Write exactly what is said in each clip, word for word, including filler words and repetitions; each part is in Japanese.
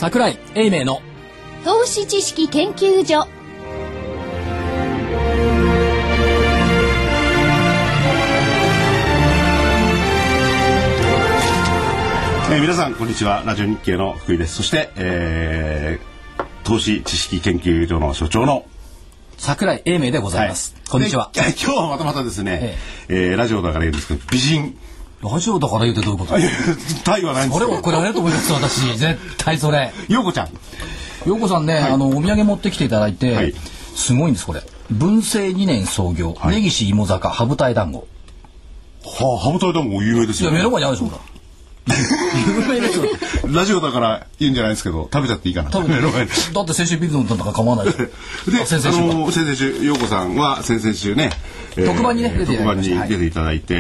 櫻井英明の投資知識研究所。 えー、皆さんこんにちは。ラジオ日経の福井です。そして、えー、投資知識研究所の所長の櫻井英明でございます、はい、こんにちは。 今日はまたまたですね、えええー、ラジオだから言うんですけど、美人ラジオだから言うてどういうこと？ タイはないんですよ。 それ怒られると思います私絶対それ。 陽子ちゃん陽子さんね、はい、あのお土産持ってきていただいて、はい、すごいんですこれ。文政にねん創業、はい、根岸芋坂羽二重団子。 はあ、羽二重団子有名ですよね。 いや目の前にあるでしょほら有名ですよ。 ラジオだから言うんじゃないですけど、食べちゃっていいかな。 食べだって先週ビズのなんだか構わないでで、先々週、あのー、先々週陽子さんは先々週ね、 えー、特番にね出ていただきました。 特番に出ていただいて、はい、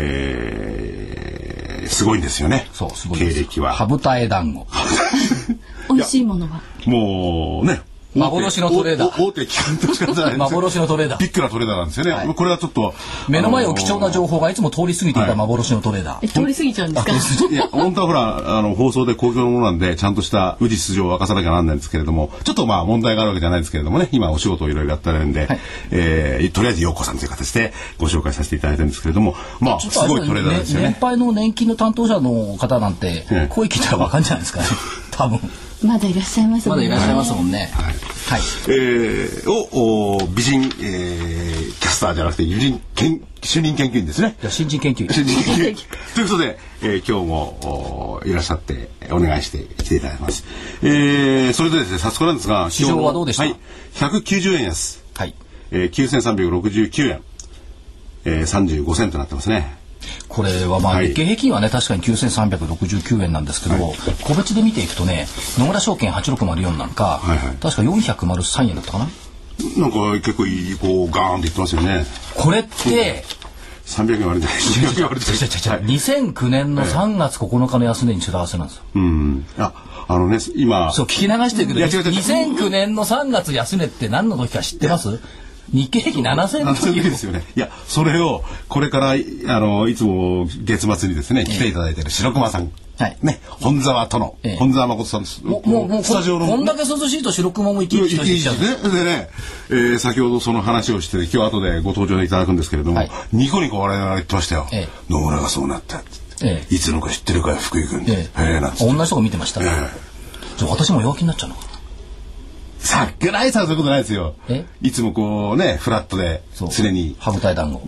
えー、すごいんですよね。 そうすごい経歴は。 羽二重団子。 美味しいものはもうね。 幻のトレーダー。 大手機関としかない幻のトレーダー。 ビッグなトレーダーなんですよね。はい、これはちょっと目の前を貴重な情報がいつも通り過ぎていた幻のトレーダー。 はい、通り過ぎちゃうんですか？ いや本当はほらあの放送で公共のものなんでちゃんとした無実情を明かさなきゃなんないんですけれども、ちょっとまあ問題があるわけじゃないですけれどもね、今お仕事をいろいろやってるんで、はい、えー、とりあえず陽子さんという形でご紹介させていただいてるんですけれども、まあすごいトレーダーですよね。 年配の年金の担当者の方なんて声聞いたらわかんじゃないですかね。多分。 まだいらっしゃいますもんね。 まだいらっしゃいますもんね。はい。 はい、えー、を美人、えー、キャスターじゃなくて美人研主任研究員ですね。 いや新人研究員。 新人研究員ということで、えー、今日もいらっしゃってお願いして来ていただきます。えー、それでですね早速なんですが、 市場はどうでした？ はい、ひゃくきゅうじゅうえん安。 はい。 えー、きゅうせんさんびゃくろくじゅうきゅうえん、えー、さんじゅうごセントとなってますね。 これはまあ日経平均はね確かにきゅうせんさんびゃくろくじゅうきゅうえんなんですけど、はい、個別で見ていくとね野村証券はちろくまるよんなんか、はいはい、確かよんひゃくさんえんだったかな。 なんか結構いいこうガーンっていってますよね。 これってさんびゃくえん割れてないにせんきゅうねんのさんがつここのかの安値にちょうど合わせなんですよ。 うん、ああのね今そう聞き流してるけどにせんきゅうねんのさんがつ安値って何の時か知ってます？日経平均ななせんの時ですよね。いやそれをこれからあのいつも月末にですね、えー、来ていただいている白熊さん、はいね、本沢との、えー、本沢誠さんです。 もうもうスタジオのこんだけ涼しいと白熊も生き生きとしちゃうね。でね、えー、先ほどその話をして今日後でご登場いただくんですけれども、はい、ニコニコ笑いながら言ってましたよ。えー、野村がそうなったって、えー、いつのか知ってるかよ福井君。えー、えー、なんつって同じとこ見てました、ね。えー、私も弱気になっちゃうのか。 桜井さんそういうことないですよ。いつもこうねフラットで常に羽二重団子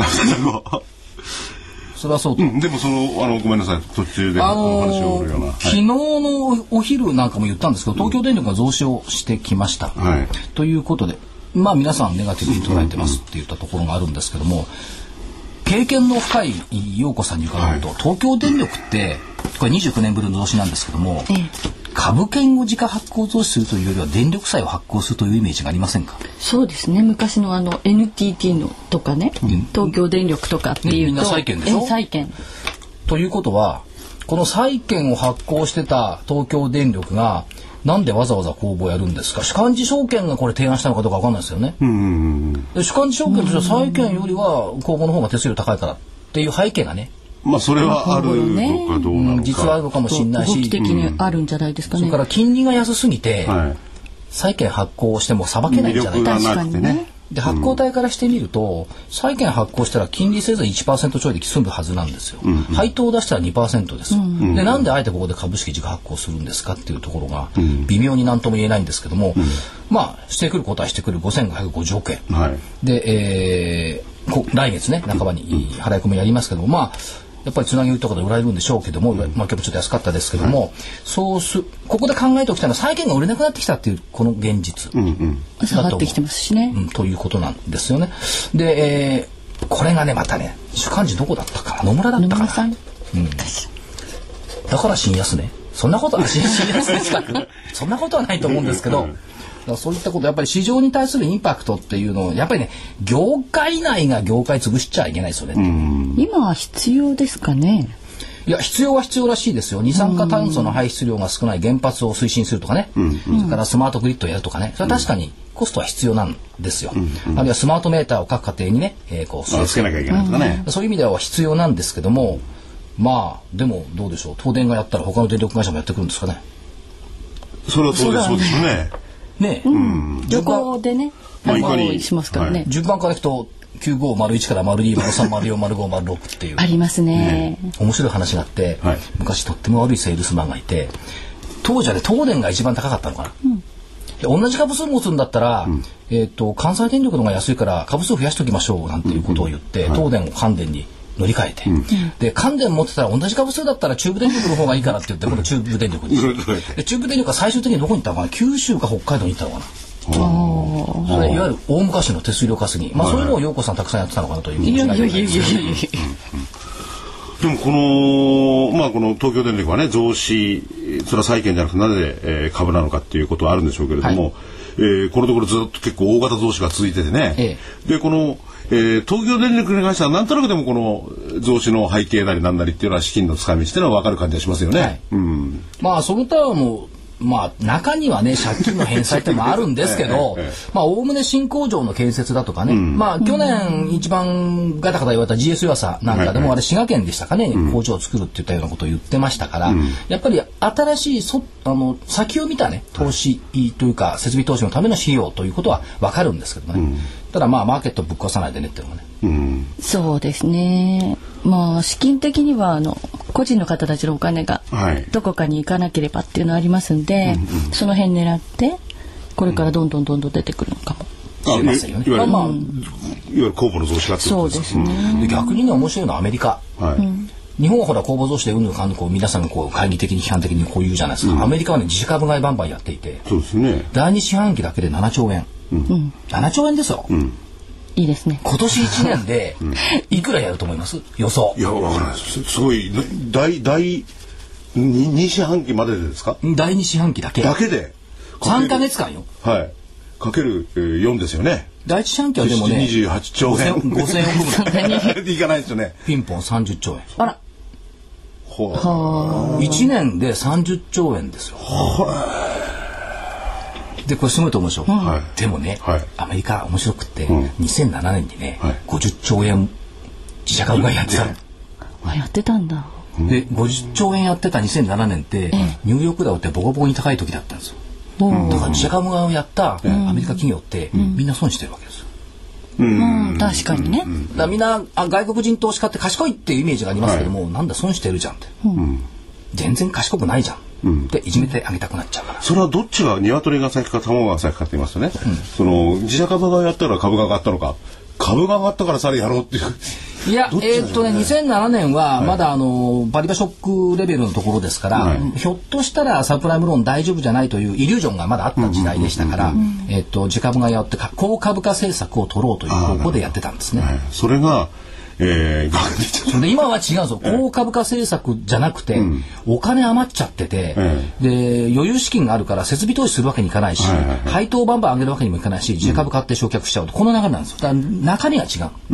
それはそうと、 うん、でもそのあのごめんなさい途中で、あのー、話をするような、はい、 昨日のお昼なんかも言ったんですけど東京電力が増資をしてきました、うん、ということでまあ皆さんネガティブに捉えてますって言ったところがあるんですけども、経験の深い陽子さんに伺うと、はい、東京電力ってこれにじゅうきゅうねんぶりの増資なんですけども、ええ、株券を自家発行増資するというよりは電力債を発行するというイメージがありませんか？ そうですね。昔のあの エヌティーティー のとかね、うん、東京電力とかっていうと、ね、 みんな債券でしょ？ 債券ということはこの債券を発行してた東京電力がなんでわざわざ公募をやるんですか？主幹事証券がこれ提案したのかどうか分かんないですよね。うんうんうん、で主幹事証券としては債券よりは公募の方が手数料高いからっていう背景がね、 まあそれはあるのかどうなのか、 実はあるのかもしれないし、 動き的にあるんじゃないですかね。 それから金利が安すぎて、はい、債券発行してもさばけないんじゃないか。 確かにね。 で発行体からしてみると、うん、債券発行したら金利せず いちパーセント ちょいで済むはずなんですよ、うんうん、配当を出したら にパーセント です、うんうん、でなんであえてここで株式自家発行するんですかっていうところが微妙に何とも言えないんですけども、うん、まあしてくることはしてくるごせんごひゃくごじゅうおくえん、はい、で、えー、こ来月ね半ばに払い込みやりますけども、まあやっぱりつなぎ売りとかで売られるんでしょうけども、まあ、今日もちょっと安かったですけども、はい、そうすここで考えておきたいのは債券が売れなくなってきたっていうこの現実、うんうん、 下がってきてますしね、 うん、ということなんですよね。で、えー、これがねまたね主幹事どこだったかな、野村だったかな、 野村さん、うん、 だから新安ね、そんなことは新安で近くそんなことはないと思うんですけどそういったことやっぱり市場に対するインパクトっていうのをやっぱりね業界内が業界潰しちゃいけないですよね。 今は必要ですかね。 いや必要は必要らしいですよ。二酸化炭素の排出量が少ない原発を推進するとかね、それからスマートグリッドをやるとかね、それは確かにコストは必要なんですよ、うんうん、あるいはスマートメーターを各家庭にね、えー、こうつけなきゃいけないとかね、 そういう意味では必要なんですけども、まあでもどうでしょう、東電がやったら他の電力会社もやってくるんですかね。 それはそうですそうですね。 ね、 うん、旅行でね、 まあ、いかにしますからね、はい、 順番からいくときゅうごまるいちからまるにまるさんまるよんまるごまるろくっていうありますね、 ね、面白い話があって、はい、昔とっても悪いセールスマンがいて、当時はね東電が一番高かったのかな、うん、同じ株数持つんだったら、うん、えーと、関西電力の方が安いから株数増やしておきましょうなんていうことを言って、うんうん、東電を関電に乗り換えて、うん、で関電持ってたら同じ株数だったら中部電力の方がいいからって言って今度中部電力にで中部電力は最終的にどこに行ったのかな、九州か北海道に行ったのかな。それいわゆる大昔の手数料稼ぎ、まあ、そういうのを陽子さんたくさんやってたのかなという気がします。 でもこの、まあ、この東京電力はね増資、それは債券じゃなくてなぜ、えー、株なのかっていうことはあるんでしょうけれども、はい、えー、このところずっと結構大型増資が続いててね、ええ、でこの、えー、東京電力に関してはなんとなくでもこの増資の背景なりなんなりっていうのは資金の使い道っていうのは分かる感じがしますよね。はい、うん、まあその他はもうまあ中にはね借金の返済ってのもあるんですけどまあおおむね新工場の建設だとかね、うん、まあ去年一番ガタガタ言われた ジーエス 湯浅なんかでもあれ滋賀県でしたかね、うん、工場を作るっていったようなことを言ってましたから、うん、やっぱり新しいそあの先を見たね投資というか設備投資のための費用ということは分かるんですけどね、うん、ただまあマーケットぶっ壊さないでねっていうのもね、うん、 そうですね。まあ資金的にはあの個人の方たちのお金がどこかに行かなければっていうのはありますんで、はい、その辺狙ってこれからどんどんどんどん出てくるのかもしれませんよね。いわゆる、まあ、いわゆる公募の増資がってことです。 そうですね。 で逆にね面白いのはアメリカ、はい、日本はほら公募増資でうんぬんかんぬんこう皆さんがこう懐疑的に批判的にこう言うじゃないですか、うん、アメリカはね自社株買いバンバンやっていて、 そうですね、 だいに四半期だけでななちょうえん、うん、ななちょうえんですよ、うん、 いいですね。 今年いちねんでいくらやると思います？予想。 いやわからないです。すごい大大に四半期まででですか？ だいに四半期だけ。 だけでさんかげつかんよ。 はい。かけるよんですよね。 だいいち四半期はでもねにじゅうはちちょうえんごせんおくぐらいいかないですよね。 ピンポンさんじゅっちょうえん。 あら。 はあ。いちねんでさんじゅっちょうえんですよ。はあ。でこれすごいと思うでしょ、はい、でもね、はい、アメリカ面白くって、うん、にせんななねんにね、はい、ごじゅっちょうえん自社株買いやってたの。 あやってたんだ。 でごじゅっちょうえんやってたにせんななねんって、うん、ニューヨークダウってボコボコに高い時だったんですよ、うん、だから自社株買いをやったアメリカ企業って、うん、みんな損してるわけですよ。 うんうん、確かにね、 うん、だからみんなあ外国人投資家って賢いっていうイメージがありますけども、はい、なんだ損してるじゃんって、うん、全然賢くないじゃんうん、でいじめてあげたくなっちゃうから。 それはどっちが鶏が先か卵が先かって言いますとね、うん、その自社株がやったら株が上がったのか株が上がったからさらやろうっていういや、ね、えー、っとねにせんななねんはまだあの、はい、バリバショックレベルのところですから、はい、ひょっとしたらサプライムローン大丈夫じゃないというイリュージョンがまだあった時代でしたから、えー、っと自株がやって高株価政策を取ろうという方向でやってたんですね。 はい、それがえー、 それで今は違うんですよ。高株価政策じゃなくて、うん、お金余っちゃってて、うん、で余裕資金があるから設備投資するわけにいかないし、はいはいはい、配当をバンバン上げるわけにもいかないし、自株買って償却しちゃうとこの流れなんですよ。だから中身が違う、うん、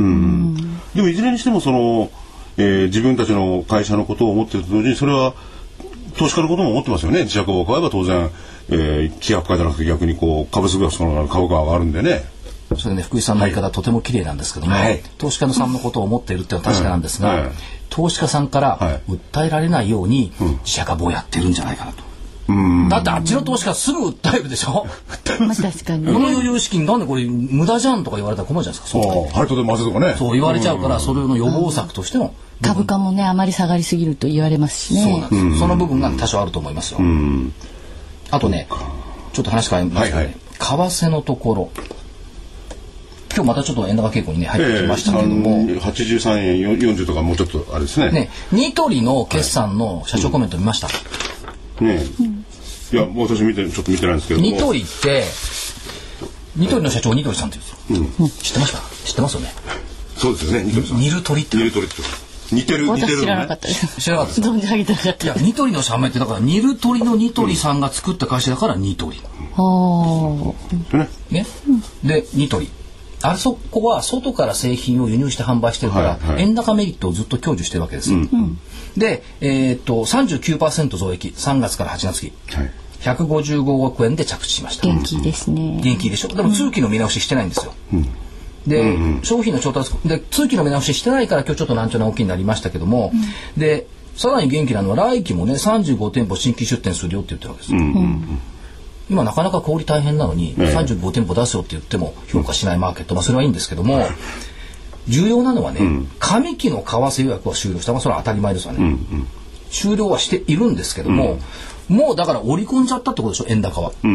でもいずれにしてもその、えー、自分たちの会社のことを思っていると同時にそれは投資家のことも思ってますよね。自社株を買えば当然、えー、規約化じゃなくて逆にこう株式が株価が上がるんでね。 それね福井さんの言い方、はい、とても綺麗なんですけども、はい、投資家さんのことを思っているっていうのは確かなんですが、はい、投資家さんから訴えられないように自社株をやってるんじゃないかなと、うん、だってあっちの投資家すぐ訴えるでしょまあ確かに、ね、 この余裕資金なんでこれ無駄じゃんとか言われたら困るじゃないですか。そう配当で混ぜとかねそう言われちゃうから、それの予防策としての、 うん、株価もねあまり下がりすぎると言われますしね。 そうなんです、うん、その部分が多少あると思いますよ、うん、あとねちょっと話変えますけどね、はいはい、為替のところ今日またちょっと円高傾向にね入ってきましたけども、えー、 はちじゅうさんえんよんじゅうとかもうちょっとあれですね。 ね、ニトリの決算の社長コメント見ました。 はいうん、ね、うん、いやもう私見てちょっと見てないんですけども。 ニトリってニトリの社長ニトリさんって言うんですよ。うん、知ってました？知ってますよね。 そうですよね。ニトリさん。 ニルトリって。 ニルトリって似てる似てる、ね。 知らなかったです。 知らなかったです。 存じ上げてなかった。 いやニトリの社名ってだからニルトリのニトリさんが作った会社だからニトリ。 はあ。ね。ね。でニトリ。あそこは外から製品を輸入して販売してるから、はいはい、円高メリットをずっと享受してるわけですよ、うん、で、えー、っと さんじゅうきゅうパーセント 増益さんがつからはちがつ期、はい、ひゃくごじゅうごおくえんで着地しました。 元気ですね。 元気でしょ。でも通期の見直ししてないんですよ、うん、で、うんうん、商品の調達で通期の見直ししてないから今日ちょっと難聴な大きになりましたけども、うん、でさらに元気なのは来期もねさんじゅうごてんぽ新規出店するよって言ってるわけですよ、うんうん、 今なかなか小売大変なのに、ええ、さんじゅうごてんぽ出すよって言っても評価しないマーケット、まあ、それはいいんですけども、重要なのはね、うん、上期の為替予約は終了した、まあ、それは当たり前ですよね、うんうん、終了はしているんですけども、うん、もうだから織り込んじゃったってことでしょ、円高は。うん、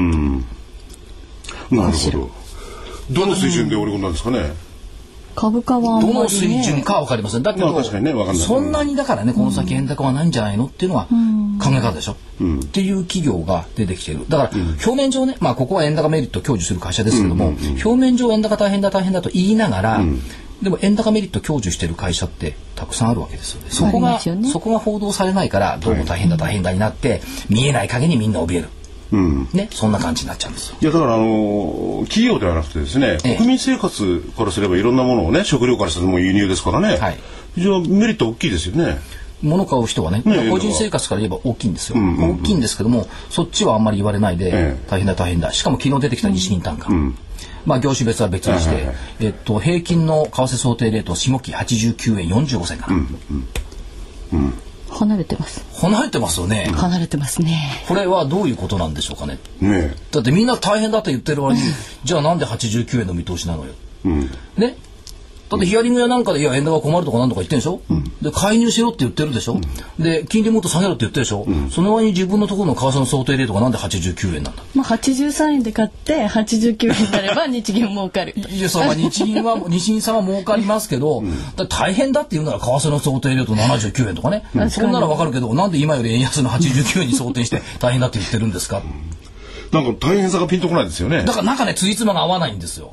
なるほど。どの水準で織り込んだんですかね。 株価はあんまり、ね、 どの水準かは分かりません。だけど、まあ確かにね、分かんない。そんなにだからね、この先円高はないんじゃないのっていうのは考え方でしょ、うん、っていう企業が出てきている。だから、うん、表面上ね、まあここは円高メリットを享受する会社ですけども、うんうんうん、表面上円高大変だ大変だと言いながら、うん、でも円高メリットを享受している会社ってたくさんあるわけですよね。そこが、ね、そこが報道されないからどうも大変だ大変だになって、はい、見えない影にみんな怯える。うんね、そんな感じになっちゃうんですよ。 いやだからあの企業ではなくてですね、ええ、国民生活からすればいろんなものをね、食料からしても輸入ですからね、はい、非常にメリット大きいですよね。 物買う人はね、ね、個人生活から言えば大きいんですよ、うんうんうん、大きいんですけども、そっちはあんまり言われないで、ええ、大変だ大変だ。しかも昨日出てきた日銀単価、うん、まあ業種別は別にして、はいはいはい、えっと、平均の為替想定レート下期はちじゅうきゅうえんよんじゅうごせんかな、うんうんうん、離れてます。 離れてますよね。 離れてますね。 これはどういうことなんでしょうかね。ね、だってみんな大変だと言ってる割にじゃあなんではちじゅうきゅうえんの見通しなのよ、うん、ね。だってヒアリングやなんかでいや円高は困るとかなんとか言ってるでしょ、うん、で介入しろって言ってるでしょ、うん、で金利もっと下げろって言ってるでしょ、うん、その割に自分のところの為替の想定レートがなんではちじゅうきゅうえんなんだ。 まあはちじゅうさんえんで買ってはちじゅうきゅうえんになれば日銀儲かる。 いやそう、まあ、日銀は日銀さんは儲かりますけど、うん、だ大変だって言うなら為替の想定レートななじゅうきゅうえんとかね、うん、そんならわかるけどなんで今より円安のはちじゅうきゅうえんに想定して大変だって言ってるんですか。うん、 なんか大変さがピンとこないですよね。 だからなんかねつじつまが合わないんですよ。うん、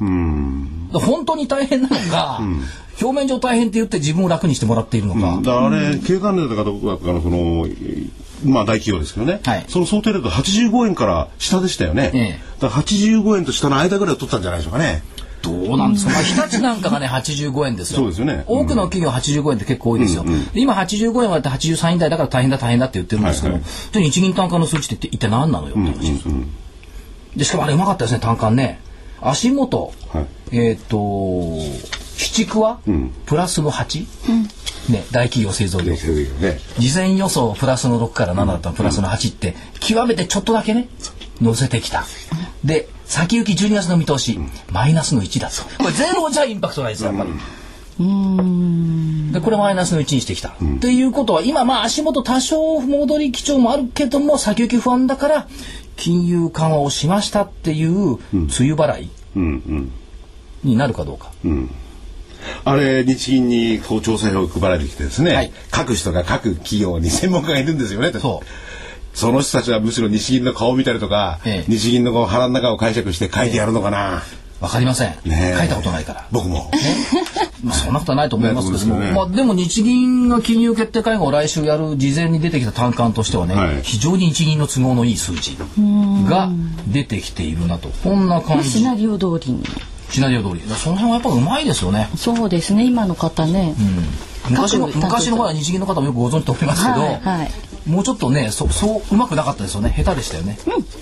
本当に大変なのか、うん、表面上大変って言って自分を楽にしてもらっているのか、うん、 だからあれ経団連だかどこかのそのまあ大企業ですけどね、はい、その想定レートはちじゅうごえんから下でしたよね、ええ、だからはちじゅうごえんと下の間ぐらいを取ったんじゃないでしょうかね。 どうなんですか、まあ、日立なんかがねはちじゅうごえんですよ。 そうですよね、 多くの企業はちじゅうごえんって結構多いですよ、うんうん、今はちじゅうごえん割ってはちじゅうさんえん台だから大変だ大変だって言ってるんですけど、はいはい、じゃあ日銀単価の数値って一体何なのよって話です、うんうんうん、でしかもあれうまかったですね単価ね。足元、はい、えっ、ー、と七区は、うん、プラスのはち、うんね、大企業製造業、ね、事前予想プラスのろくからななだったのプラスのはちって、うん、極めてちょっとだけね乗せてきた。で先行きじゅうにがつの見通し、うん、マイナスのいちだと。これゼロじゃインパクトないですよやっぱり。うーんでこれマイナスのいちにしてきた、うん、っていうことは今まあ足元多少戻り基調もあるけども先行き不安だから金融緩和をしましたっていう梅雨払いになるかどうか、うんうんうん、 あれ日銀にこう調査票を配られてきてですね、はい、各人が各企業に専門家がいるんですよね。そうその人たちはむしろ日銀の顔を見たりとか、ええ、日銀のこう腹の中を解釈して書いてやるのかな。 わかりません、ね、書いたことないから僕も、ねまあ、そんなことはないと思いますけども、ねまあ、でも日銀が金融決定会合を来週やる事前に出てきた単価としてはね、はい、非常に日銀の都合のいい数字が出てきているなとこんな感じ。 シナリオ通りにシナリオ通りその辺はやっぱうまいですよね。 そうですね今の方ね、 うん、昔の昔の方は日銀の方もよくご存知と思いますけど、はいはい、もうちょっとね そ, そううまくなかったですよね。下手でしたよね。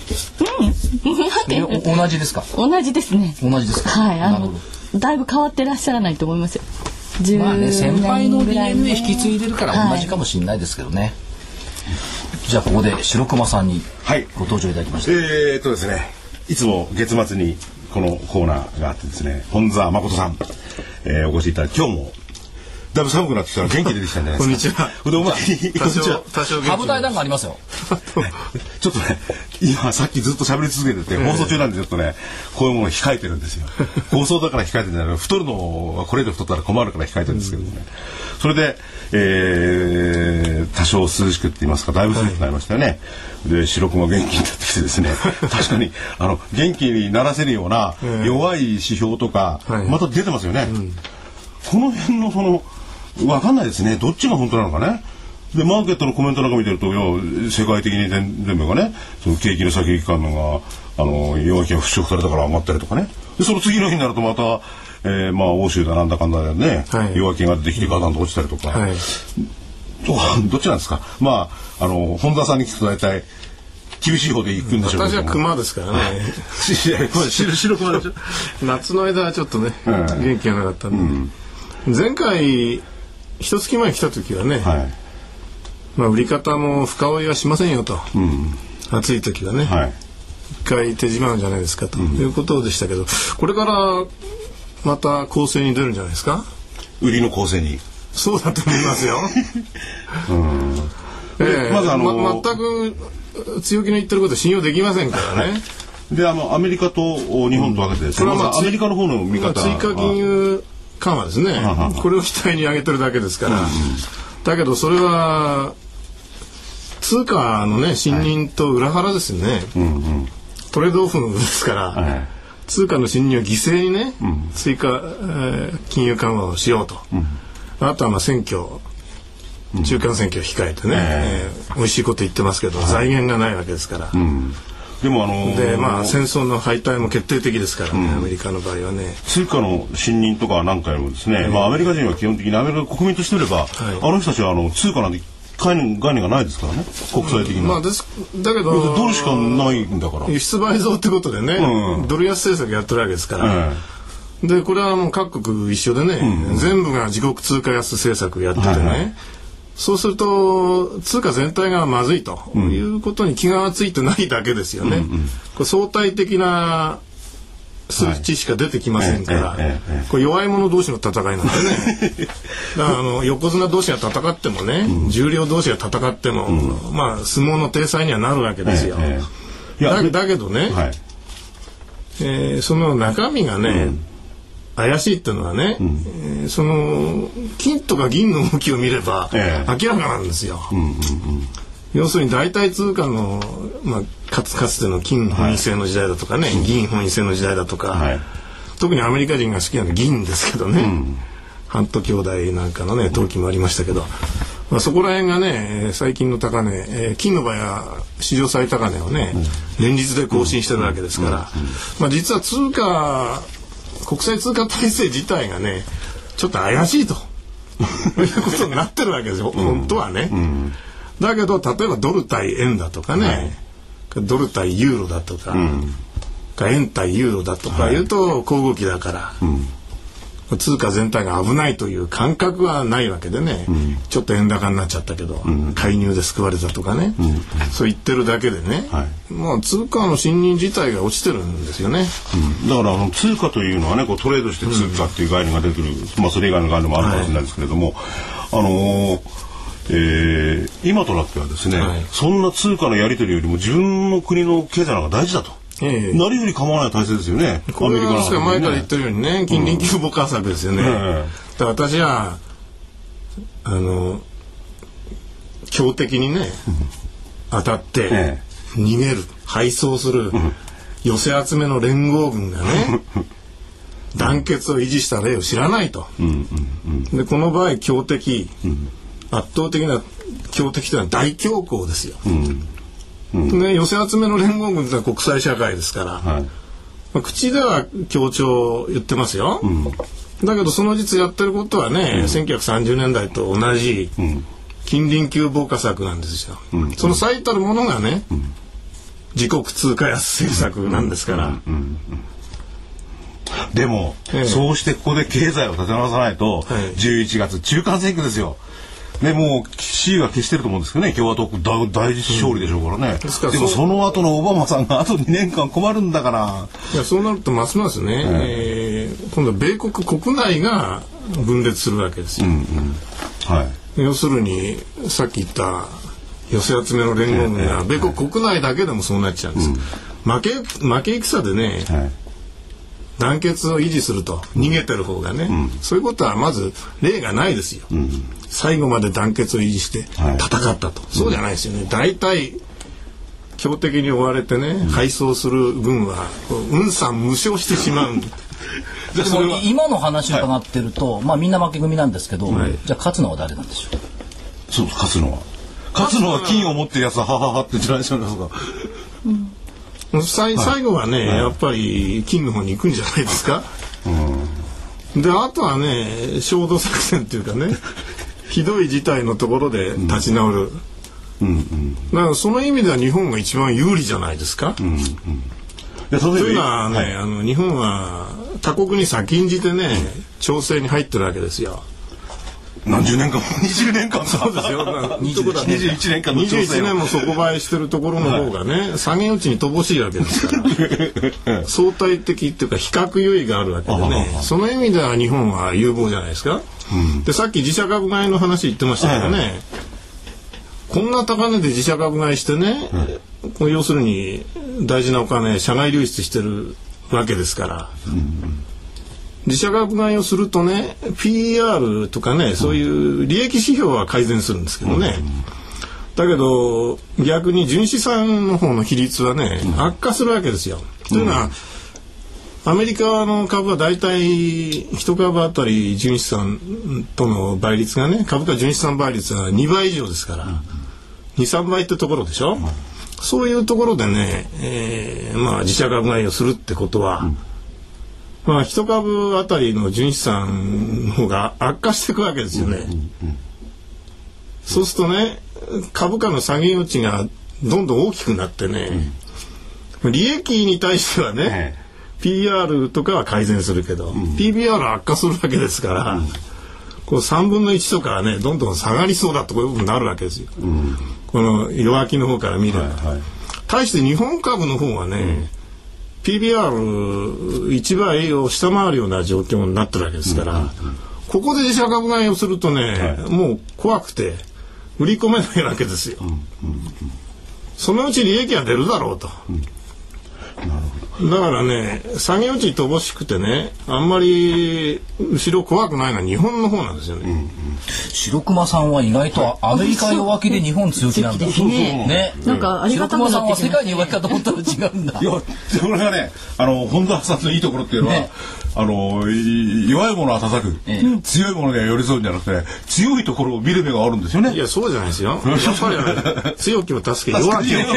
うんうん、同じですか。 同じですね。 同じですか。 はいあのだいぶ変わってらっしゃらないと思いますよ。 まあね先輩の ディーエヌエー 引き継いでるから同じかもしれないですけどね、はい、じゃあここで白熊さんにご登場いただきました、 はい、えー、っとですねいつも月末にこのコーナーがあってですね本沢誠さん、えー、お越しいただいて今日もだいぶ寒くなってきたら元気出てきたんじゃないですか。こんにちは。でお前に多少多少元気。羽二重団がありますよ。 ちょっとね今さっきずっと喋り続けてて放送中なんでちょっとねこういうもの控えてるんですよ。放送だから控えてるんだけど太るのはこれ以上太ったら困るから控えてるんですけどね。それで、えー、多少涼しくって言いますかだいぶ涼しくなりましたよね。はい、で白熊元気になってきてですね確かにあの元気にならせるような弱い指標とかまた出てますよね。はいうん、この辺のそのわかんないですね。どっちが本当なのかね。でマーケットのコメントなんか見てると世界的に全部がねその景気の先行き感があの弱気が払拭されたから上がったりとかね。でその次の日になるとまた、えー、まあ欧州だなんだかんだでね、はい、弱気が出てきてガタンと落ちたりとか、はい、ど, どっちなんですか。まああの本田さんに聞くと大体厳しい方で行くんでしょうけど私は熊ですからね白熊でしょ夏の間はちょっとね、はい、元気がなかったんで、うん、前回一月前来た時はね、はい、まあ売り方も深追いはしませんよと、うん、暑い時はね、はい、 一回手締まるんじゃないですかということでしたけど、うん、これからまた攻勢に出るんじゃないですか。 売りの攻勢に。 そうだと思いますよ。うんえー、まずあのー、ま、全く強気の言ってること信用できませんからね。 であのアメリカと日本と分けてですね、うん、まずアメリカの方の見方、 まあ、追加金融緩和ですね。これを主体に上げてるだけですから、うんうん、だけどそれは通貨のね信任と裏腹ですよね、はいうんうん、トレードオフですから、はい、通貨の信任を犠牲にね、うん、追加、えー、金融緩和をしようと、うん、あとはまあ選挙中間選挙を控えてね、うんえー、美味しいこと言ってますけど、はい、財源がないわけですから、うん、 でもあのー、 でまあ戦争の敗退も決定的ですからね、うん、アメリカの場合はね通貨の信任とかなんかよりもですね、えーまあ、アメリカ人は基本的にアメリカ国民としてみれば、はい、あの人たちはあの通貨なんて概念がないですからね国際的に、 まあ、ですだけどドルしかないんだから輸出倍増ってことでね、うん、ドル安政策やってるわけですから、うん、でこれはもう各国一緒でね、うん、全部が自国通貨安政策やっててね、はいはい、そうすると通貨全体がまずいということに気がついてないだけですよね、うんうん、これ相対的な数値しか出てきませんから、はいええええ、これ弱い者同士の戦いなんでねだからあの横綱同士が戦ってもね、うん、重量同士が戦っても、うん、まあ相撲の体裁にはなるわけですよ、ええ、だ, だけどね、はいえー、その中身がね、うん、怪しいっていうのはね、うんえー、その金とか銀の動きを見れば明らかなんですよ、うんうんうん、要するに代替通貨の、まあ、かつかつての金本位制の時代だとかね、はい、銀本位制の時代だとか、はい、特にアメリカ人が好きなのは銀ですけどね、うん、ハント兄弟なんかのね登記もありましたけど、まあ、そこら辺がね最近の高値、えー、金の場合は史上最高値をね、うん、連日で更新してるわけですから、うんうんまあ、実は通貨国際通貨体制自体がねちょっと怪しいということになってるわけですよ、うん、本当はね、うんだけど例えばドル対円だとかね、はい、ドル対ユーロだとか、うん、円対ユーロだとかいうと小動きだから、うん、通貨全体が危ないという感覚はないわけでね、うん、ちょっと円高になっちゃったけど、うん、介入で救われたとかね、うん、そう言ってるだけでね、はい、もう通貨の信任自体が落ちてるんですよね、 うん、だからあの通貨というのはねこうトレードして通貨っていう概念が出てくる、うんまあ、それ以外の概念もあるかもしれないですけれども、はい、あのーえー、今となってはですね、はい、そんな通貨のやり取りよりも自分の国の経済の方が大事だと、えー、なりふり構わない体制ですよね。 これは確か前から言ってるようにね近隣規模化策ですよね、うん、だから私はあの強敵にね、うん、当たって、えー、逃げる敗走する、うん、寄せ集めの連合軍がね団結を維持した例を知らないと、うんうんうん、でこの場合強敵、うん圧倒的な強敵というのは大恐慌ですよ、うんうんね、寄せ集めの連合軍というのは国際社会ですから、はいまあ、口では協調を言ってますよ、うん、だけどその実やってることはね、うん、せんきゅうひゃくさんじゅうねんだいと同じ近隣急防火策なんですよ、うん、その最たるものがね、うん、自国通貨安政策なんですから、うんうんうんうんでも、ええ、そうしてここで経済を立て直さないと、はい、じゅういちがつ中間選挙ですよね、もう支持は消してると思うんですけどね共和党大大勝利でしょうからね、うん、ですからでもその後のオバマさんがあとにねんかん困るんだからいやそうなるとますますね、うんえー、今度は米国国内が分裂するわけですよ、うんうんはい、要するにさっき言った寄せ集めの連合軍が米国国内だけでもそうなっちゃうんです、うん、負け負け戦でね、はい団結を維持すると逃げてる方がね、うん、そういうことはまず例がないですよ、うん、最後まで団結を維持して戦ったと、はい、そうじゃないですよね大体強敵に追われてね、うん、敗走する軍は運算無償してしまうんででも今の話を伺ってると、はいまあ、みんな負け組なんですけど、はい、じゃあ勝つのは誰なんでしょうそう勝つのは勝つのは金を持ってるやつははははって言ってないでしょうか、 うん最, 最後はね、はい、やっぱり金の方に行くんじゃないですか、うん、であとはね衝動作戦っていうかねひどい事態のところで立ち直る、うんうん、だからその意味では日本が一番有利じゃないですか、うんうん、というのはね、はい、あの日本は他国に先んじてね調整に入ってるわけですよ何十年間もにじゅうねんかんそうですよ。 にじゅういちねんかんのにじゅういちねんも底映えしてるところの方がね、はい、下げ落ちに乏しいわけですから相対的っていうか比較優位があるわけでね、その意味では日本は有望じゃないですか、うん、でさっき自社株買いの話言ってましたけどね、はいはい、こんな高値で自社株買いしてね、はい、要するに大事なお金社外流出してるわけですから、うん、自社株買いをするとね ピーアール とかね、そういう利益指標は改善するんですけどね、うん、だけど逆に純資産の方の比率はね、うん、悪化するわけですよ、うん、というのはアメリカの株はだいたいいち株あたり純資産との倍率がね、株価純資産倍率はにばい以上ですから、うん、にさんばいってところでしょ、うん、そういうところでね、えーまあ、自社株買いをするってことは、うん、まあ、いち株あたりの純資産の方が悪化していくわけですよね、うんうんうん、そうするとね株価の下げ落ちがどんどん大きくなってね、うん、利益に対してはね、はい、ピーアール とかは改善するけど、うん、ピービーアール は悪化するわけですから、うん、こうさんぶんのいちとかはねどんどん下がりそうだとこういうふうになるわけですよ、うん、この弱気の方から見れば、はいはい、対して日本株の方はね、うん、ピービーアールいち 倍を下回るような状況になってるわけですから、うんうんうん、ここで自社株買いをするとね、はい、もう怖くて売り込めないわけですよ、うんうんうん、そのうち利益が出るだろうと、うん、なるほど。だからね下げ落ち乏しくてねあんまり後ろ怖くないのは日本の方なんですよね、うんうん、 白熊さんは意外とアメリカ弱気で日本強気なんだ、 ねね、なんかありがたくなってきますね。白熊さんは世界に弱気かと思ったら違うんだ。 いやそれがねあの本田さんのいいところっていうのは、ね、あの弱いものは叩く、ええ、強いものには寄り添うんじゃなくて強いところを見る目があるんですよね。 いやそうじゃないですよやっぱり、ね、強気を助け弱気を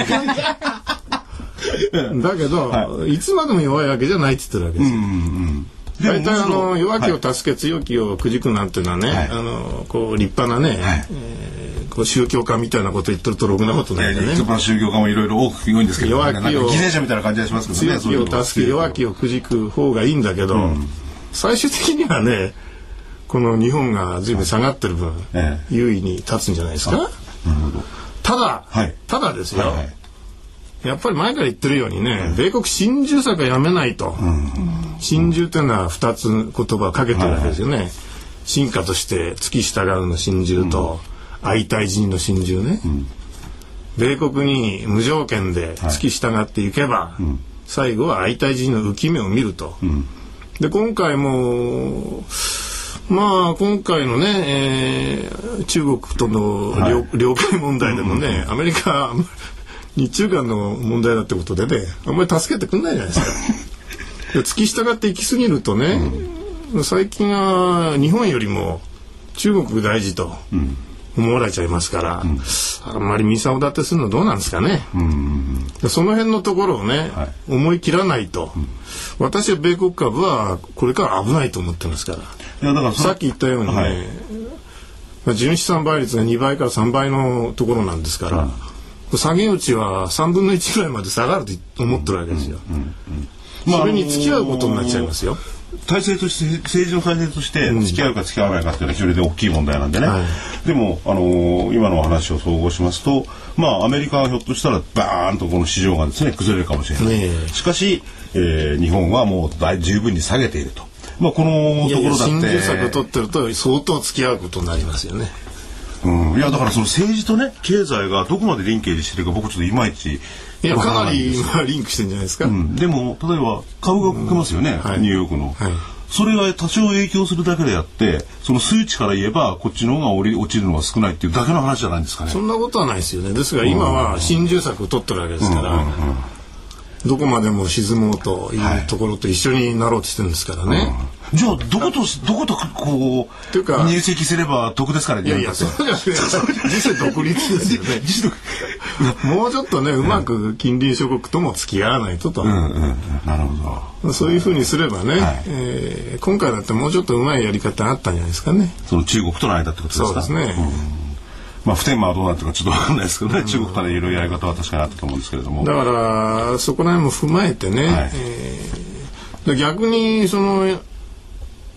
だけど、はい、いつまでも弱いわけじゃないって言ってるわけですよ、うんうん、大体あの弱気を助け、はい、強気をくじくなんていうのはね、はい、あのこう立派なね、はい、えー、こう宗教家みたいなこと言ってるとろくなことないんでね、 立派な宗教家もいろいろ多く言うんですけど、 弱気を偽善者みたいな感じがしますけどね、 強気を助け弱気をくじく方がいいんだけど、うん、最終的にはねこの日本が随分下がってる分、はい、優位に立つんじゃないですか。なるほど。ただ、はい、ただですよ、はいはい、やっぱり前から言ってるようにね、うん、米国心中策はやめないと、うん、心中というのはふたつ言葉をかけてるわけですよね、はいはい、進化として月従うの心中と、うん、相対人の心中ね、うん、米国に無条件で月従っていけば、はい、最後は相対人の浮き目を見ると、うん、で今回もまあ今回のね、えー、中国との 領,、はい、領海問題でもね、うんうん、アメリカ日中間の問題だってことでねあんまり助けてくんないじゃないですかで月従って行き過ぎるとね、うん、最近は日本よりも中国大事と思われちゃいますから、うん、あんまり見竿立てするのどうなんですかね、うんうんうん、その辺のところをね、はい、思い切らないと、うん、私は米国株はこれから危ないと思ってますから。いやだからさっき言ったようにね、はい、まあ、純資産倍率がにばいからさんばいのところなんですから、うん、下げ落ちはさんぶんのいちぐらいまで下がると思ってるわけですよ、うんうんうん、それに付き合うことになっちゃいますよ、 体制として政治の体制として付き合うか付き合わないかっていうのは非常に大きい問題なんでね、はい、でも、あのー、今のお話を総合しますと、まあ、アメリカはひょっとしたらバーンとこの市場がですね崩れるかもしれない、ね、しかし、えー、日本はもう大十分に下げていると、まあ、このところだって新自策を取ってると相当付き合うことになりますよね。 うん、いやだからその政治とね経済がどこまでリンケージしてるか僕ちょっといまいちいやかなり今リンクしてるんじゃないですか、うん、 でも例えば株が動きますよね、うん、はい、ニューヨークの、はい、それが多少影響するだけであってその数値から言えばこっちの方が落ちるのが少ないっていうだけの話じゃないんですかね。 そんなことはないですよね。ですが今は新自策を取ってるわけですから、うんうんうん、どこまでも沈もうというところと一緒になろうとしてるんですからね、はい、うん、じゃあどことどことこうというか入籍すれば得ですからね。 いやいやそうじゃなくて実際独立ですよねもうちょっとねうまく近隣諸国とも付き合わないとと、うんうんうん、なるほど。そういうふうにすればね、はい、えー、今回だってもうちょっとうまいやり方あったんじゃないですかね。 その中国との間ってことですか。 そうですね、うん、 まあ、普天間はどうなってるかちょっと分かんないですけどね、うん、中国とのいろいろやり方は確かにあったと思うんですけれども、 だからそこら辺も踏まえてね、はい、えー、逆にその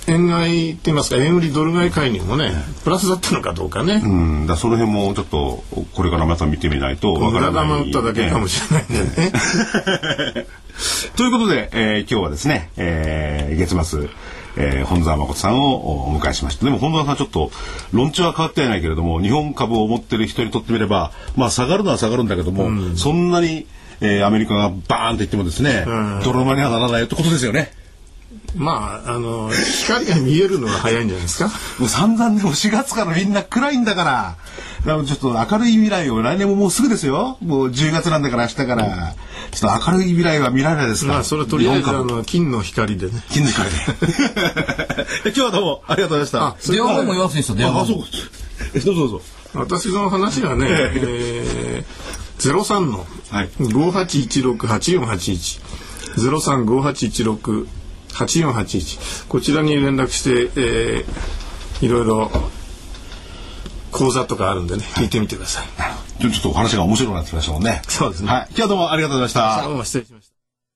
円買いって言いますか円売りドル買い介入もねプラスだったのかどうかね、 うん、だその辺もちょっとこれからまた見てみないとわからない。 無駄玉打っただけかもしれないんでねということで、えー、今日はですね、えー、月末、えー、本沢誠さんをお迎えしました。でも本沢さんちょっと論調は変わってはいないけれども日本株を持ってる人にとってみればまあ下がるのは下がるんだけども、うん、そんなに、えー、アメリカがバーンといってもですね、うん、泥沼にはならないってことですよね。 まあ、あの光が見えるのが早いんじゃないですか。 もう散々でもしがつからみんな暗いんだからだからちょっと明るい未来を来年ももうすぐですよ。もうじゅうがつなんだから明日からちょっと明るい未来は見られないですから、 まあ、それとりあえずあの金の光でね金の光で今日はどうもありがとうございました。 電話番号言わせていいですよ。電話番号どうぞどうぞ。 私の話はね、えー、ゼロさんのごはちいちろくはちよんはちいち ゼロさん ごはちいちろくはちよんはちいちこちらに連絡して、えー、いろいろ講座とかあるんでね聞いてみてください。 ちょっとお話が面白くなってきましたもんね。 そうですね、 はい、今日はどうもありがとうございました。 どうも失礼しました。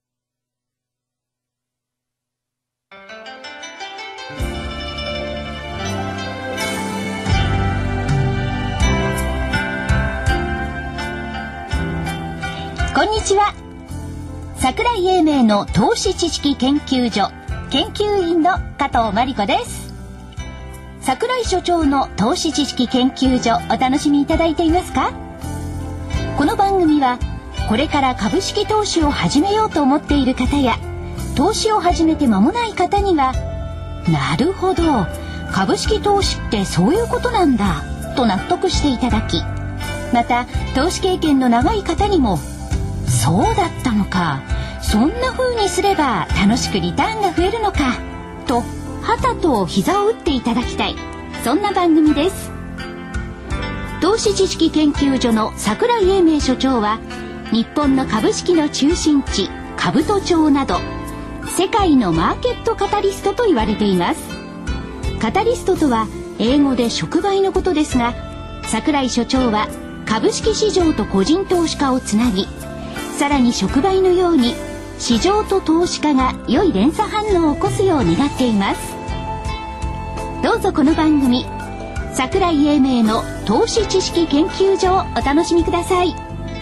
こんにちは。桜井英明の投資知識研究所研究員の加藤真理子です。桜井所長の投資知識研究所お楽しみいただいていますか？この番組はこれから株式投資を始めようと思っている方や投資を始めて間もない方にはなるほど株式投資ってそういうことなんだと納得していただき、また投資経験の長い方にもそうだったのか、そんな風にすれば楽しくリターンが増えるのかとはたと膝を打っていただきたい、そんな番組です。投資知識研究所の桜井英明所長は日本の株式の中心地兜町など世界のマーケットカタリストと言われています。カタリストとは英語で触媒のことですが、桜井所長は株式市場と個人投資家をつなぎ、さらに触媒のように市場と投資家が良い連鎖反応を起こすよう願っています。どうぞこの番組桜井英明の投資知識研究所をお楽しみください。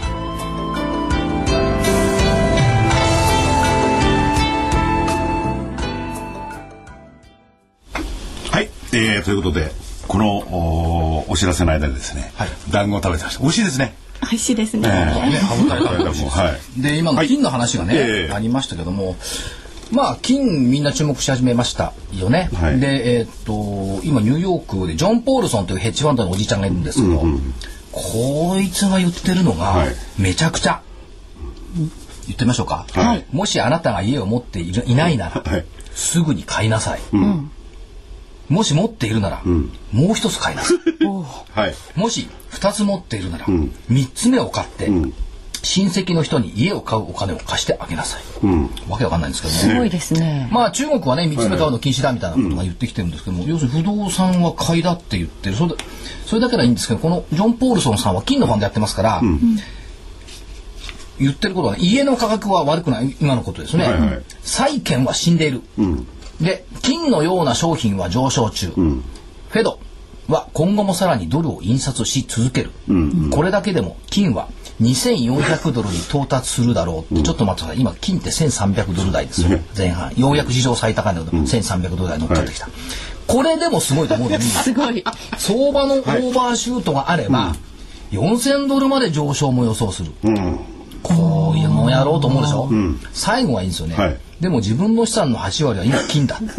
はい、えー、ということでこの お, お知らせの間でですね、はい、団子を食べてました。美味しいですね。 美味しいですね。 えー、ね、歯応えがあるし、はい、で今の金の話がね、はい、ありましたけども、まあ金みんな注目し始めましたよね。はい、で、えー、っと今ニューヨークでジョン・ポールソンというヘッジファンドのおじいちゃんがいるんですけど、うんうん、こいつが言ってるのが、はい、めちゃくちゃ言ってみましょうか。はい、もしあなたが家を持っているいないなら、はい、すぐに買いなさい。うん、もし持っているなら、うん、もう一つ買いなさい。はい、もし二つ持っているなら、うん、三つ目を買って、うん、親戚の人に家を買うお金を貸してあげなさい。うん、わけわかんないんですけどね。 すごいですね。 まあ中国はね三つ目買うの禁止だみたいなことが言ってきてるんですけども、うん、要するに不動産は買いだって言ってる。それでそれだけはいいんですけど、このジョン・ポールソンさんは金のファンドやってますから、うん、言ってることは、ね、家の価格は悪くない今のことですね。はいはい、債券は死んでいる。うん、で金のような商品は上昇中。うん、フェドは今後もさらにドルを印刷し続ける、うんうん、これだけでも金はにせんよんひゃくドルに到達するだろうって、うん、ちょっと待ってください。今金ってせんさんびゃくドル台ですよ、うん、前半ようやく史上最高値のせんさんびゃくドル台乗っかってきた、はい、これでもすごいと思うのにすごい相場のオーバーシュートがあれば、はい、よんせんドルまで上昇も予想する、うん、こういうのをやろうと思うでしょ、うん、最後はいいんですよね、はい、でも自分の資産のはち割は今金だ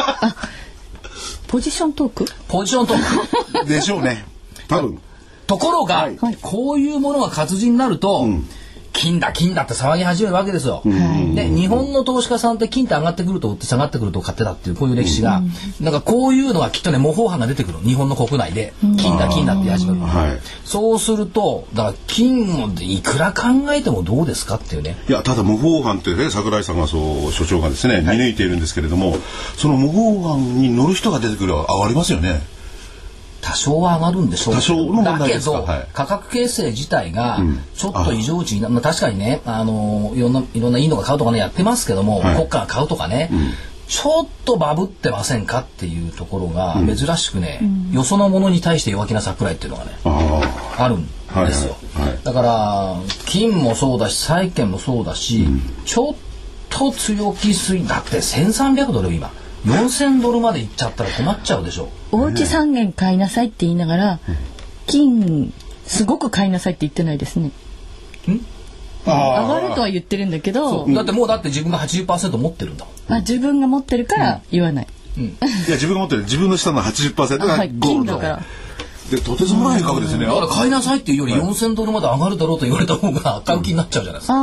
ポジショントークポジショントークでしょうね多分。 ところが、はい、こういうものが活字になると、うん、金だ金だって騒ぎ始めるわけですよ。で日本の投資家さんって金って上がってくると売って下がってくると買ってたっていうこういう歴史が、うん、なんかこういうのがきっとね模倣犯が出てくる日本の国内で、うん、金だ金だって言い始める、はい、そうするとだから金をいくら考えてもどうですかっていうね。 いやただ模倣犯ってね桜井さんがそう所長がですね見抜いているんですけれども、はい、その模倣犯に乗る人が出てくるは上がりますよね。 多少は上がるんでしょう。 多少の問題ですか。 だけど、はい、価格形成自体がちょっと異常値にな、うん、まあ、確かにねあのいろんないろんないいのが買うとかねやってますけども、はい、国家が買うとかね、うん、 ちょっとバブってませんかっていうところが珍しくね、うん、よそのものに対して弱気な桜井っていうのがね、あ, あるんですよ、はいはい、だから金もそうだし債券もそうだし、うん、ちょっと強気すぎだってせんさんびゃくドル今よんせんドルまでいっちゃったら困っちゃうでしょ。 おうちさんげん買いなさいって言いながら、うん、金すごく買いなさいって言ってないですね。ん上がるとは言ってるんだけど、 だってもうだって自分が はちじゅっパーセント 持ってるんだもん。 あ、自分が持ってるから言わない、 うんうん、いや自分が持ってる自分の下の はちじゅっパーセント がゴールド、 金だからでとてつもない額ですね。 だから買いなさいっていうよりよんせんドルまで上がるだろうと言われた方が買う気になっちゃうじゃないですか、うん、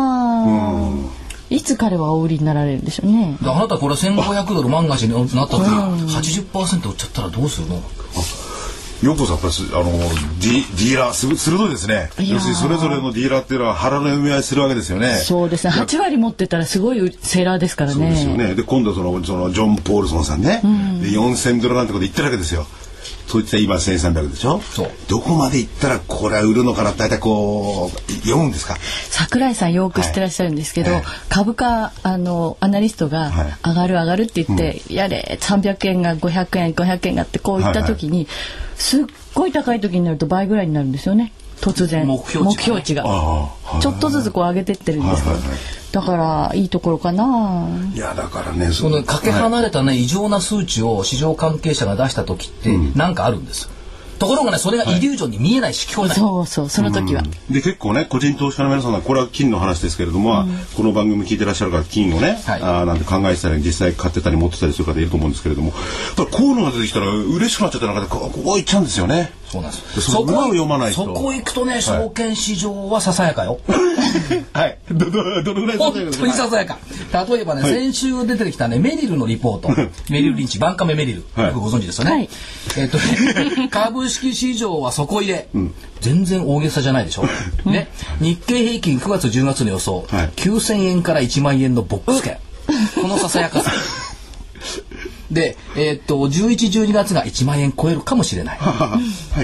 あいつ彼はお売りになられるんでしょうね。 あなたこれせんごひゃくドル万が一になった時 はちじゅっパーセント 売っちゃったらどうするの。 よくさやっぱりあの ディ, ディーラーす鋭いですね。要するにそれぞれのディーラーっていうのは腹の読み合いするわけですよね。 そうですね。はちわり持ってたらすごいセーラーですからね。そうですよね。 で今度そのそのジョン・ポールソンさんね、うん、でよんせんドルなんてこと言ってるわけですよ。そういった今せんさんびゃくでしょ。そうどこまでいったらこれは売るのかなって大体こう読むんですか。 桜井さんよく知ってらっしゃるんですけど、はい、株価あのアナリストが上がる上がるって言って、うん、やれさんびゃくえんがごひゃくえんごひゃくえんがってこう言った時に、はいはい、すっごい高い時になると倍ぐらいになるんですよね。突然目標値が、 目標値がちょっとずつこう上げてってるんですけど、はいはいはい、だからいいところかな。 いやだからねそのかけ離れたね、はい、異常な数値を市場関係者が出した時って何かあるんです、うん、ところがねそれがイリュージョンに見えないし聞こえない、 そうそうその時は、うん、 で結構ね個人投資家の皆さんはこれは金の話ですけれども、うん、この番組聞いてらっしゃるから金をね、はい、あなんて考えてたり実際買ってたり持ってたりする方いると思うんですけれども、やっぱりこういうのが出てきたら嬉しくなっちゃった中でここ行っちゃうんですよね。 そうなんです。 そこを読まないと。 そこ行くとね、証券市場はささやかよ。 はい。どどどのぐらい本当にささやか。例えばね、はい、先週出てきたねメリルのリポート、メリルリンチバンカメメリル、はい、よくご存知ですよね。はい、えっとね株式市場は底入れ、うん、全然大げさじゃないでしょ。ね、日経平均くがつじゅうがつの予想、はい、きゅうせんえんからいちまんえんのボックス券。このささやかさ。で、えー、っとじゅういち、じゅうにがつがいちまんえん超えるかもしれない。はい。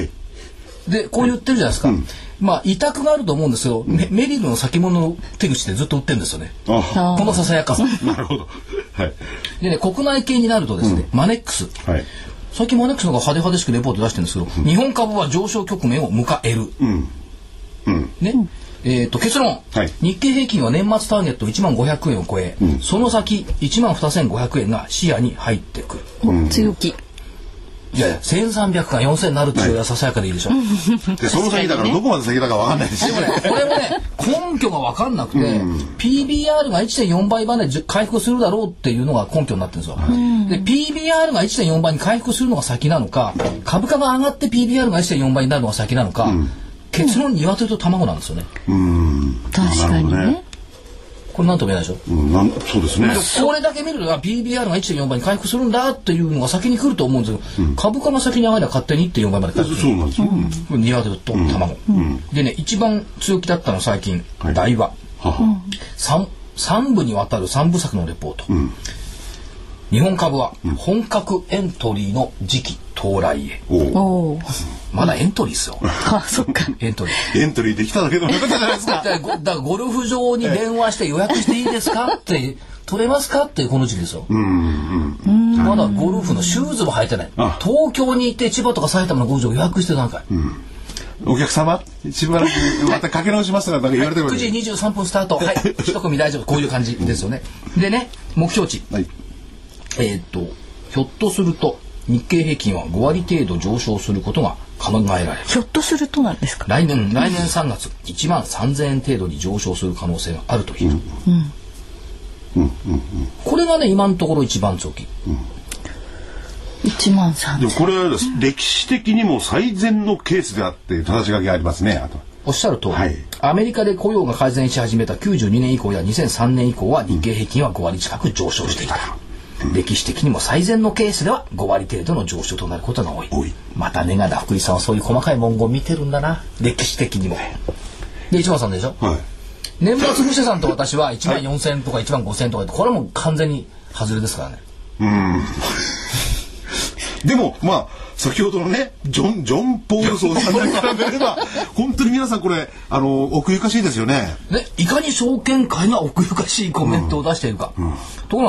でこう言ってるじゃないですか。うん、まあ委託があると思うんですけど、メ, メリルの先物の手口でずっと売ってるんですよね。このささやかさ。 なるほど。はい。 でね国内系になるとですね、うん、マネックス。はい。最近マネックスの方が派手派手しくレポート出してるんですけど、うん、日本株は上昇局面を迎える。うんうん、ね。うんえー、と結論、はい、日経平均は年末ターゲットいちまんごひゃくえんを超え、うん、その先いちまんにせんごひゃくえんが視野に入ってくる、 うん、強気。 いやいやせんさんびゃくからよんせんになるっていうよりはささやかでいいでしょ、はい、 でその先だからどこまで先だか分かんないですよ。 でもねこれもね根拠が分かんなくて、うん、ピービーアール が いってんよん 倍まで回復するだろうっていうのが根拠になってるんですよ、うん、で ピービーアール が いってんよん 倍に回復するのが先なのか株価が上がって ピービーアール が いってんよん 倍になるのが先なのか、うん結論鶏と卵なんですよね。 うん確かにね。 これなんとも言えないでしょ。 うんなんそうですね。 これだけ見ると ピービーアール が いってんよん 倍に回復するんだっていうのが先に来ると思うんですけど、うん、株価が先に上がれば勝手に いってんよん 倍まで回復する。 そうなんですよ。 うん、鶏と卵、うんうん。でね一番強気だったの最近、はい、大和。三三部にわたる三部作のレポート。うん、日本株は本格エントリーの時期到来へ。おまだエントリーですよ。 あ、そっか。 エントリー。 エントリーできただけでもよかったじゃないですか。 だからゴルフ場に電話して予約していいですかって取れますかってこの時期ですよ。うんうん、まだゴルフのシューズも履いてない。東京に行って千葉とか埼玉のゴルフ場予約して段階。うん、 お客様しばらくまたかけ直しますからなんか言われてる。 くじにじゅうさんぷんスタート。はい。一組大丈夫。こういう感じですよね。でね目標値。はい、えー、っとひょっとすると日経平均はごわり程度上昇することが考えられる。 ひょっとするとなんですか。 来年来年さんがついちまんさんぜんえん程度に上昇する可能性があるという、うんうんうんうん、これがね今のところ一番長期、うん、 いちまんさんぜん。 でもこれは歴史的にも最善のケースであって正し書きがありますね。あとおっしゃる通り、はい、アメリカで雇用が改善し始めたきゅうじゅうにねん以降やにせんさんねん以降は日経平均はごわり近く上昇していた、うん、歴史的にも最善のケースではごわり程度の上昇となることが多い。多い。また根が福井さんはそういう細かい文言を見てるんだな歴史的にも。で市村さんでしょ、はい、年末武者さんと私はいちまんよんせんとかいちまんごせんとかこれはもう完全に外れですからね。うんでもまあ先ほどのねジョンジョンポールソンさんに比べれば本当に皆さんこれあの奥ゆかしいですよね。 ねいかに証券界が奥ゆかしいコメントを出しているか、うんうん、ところが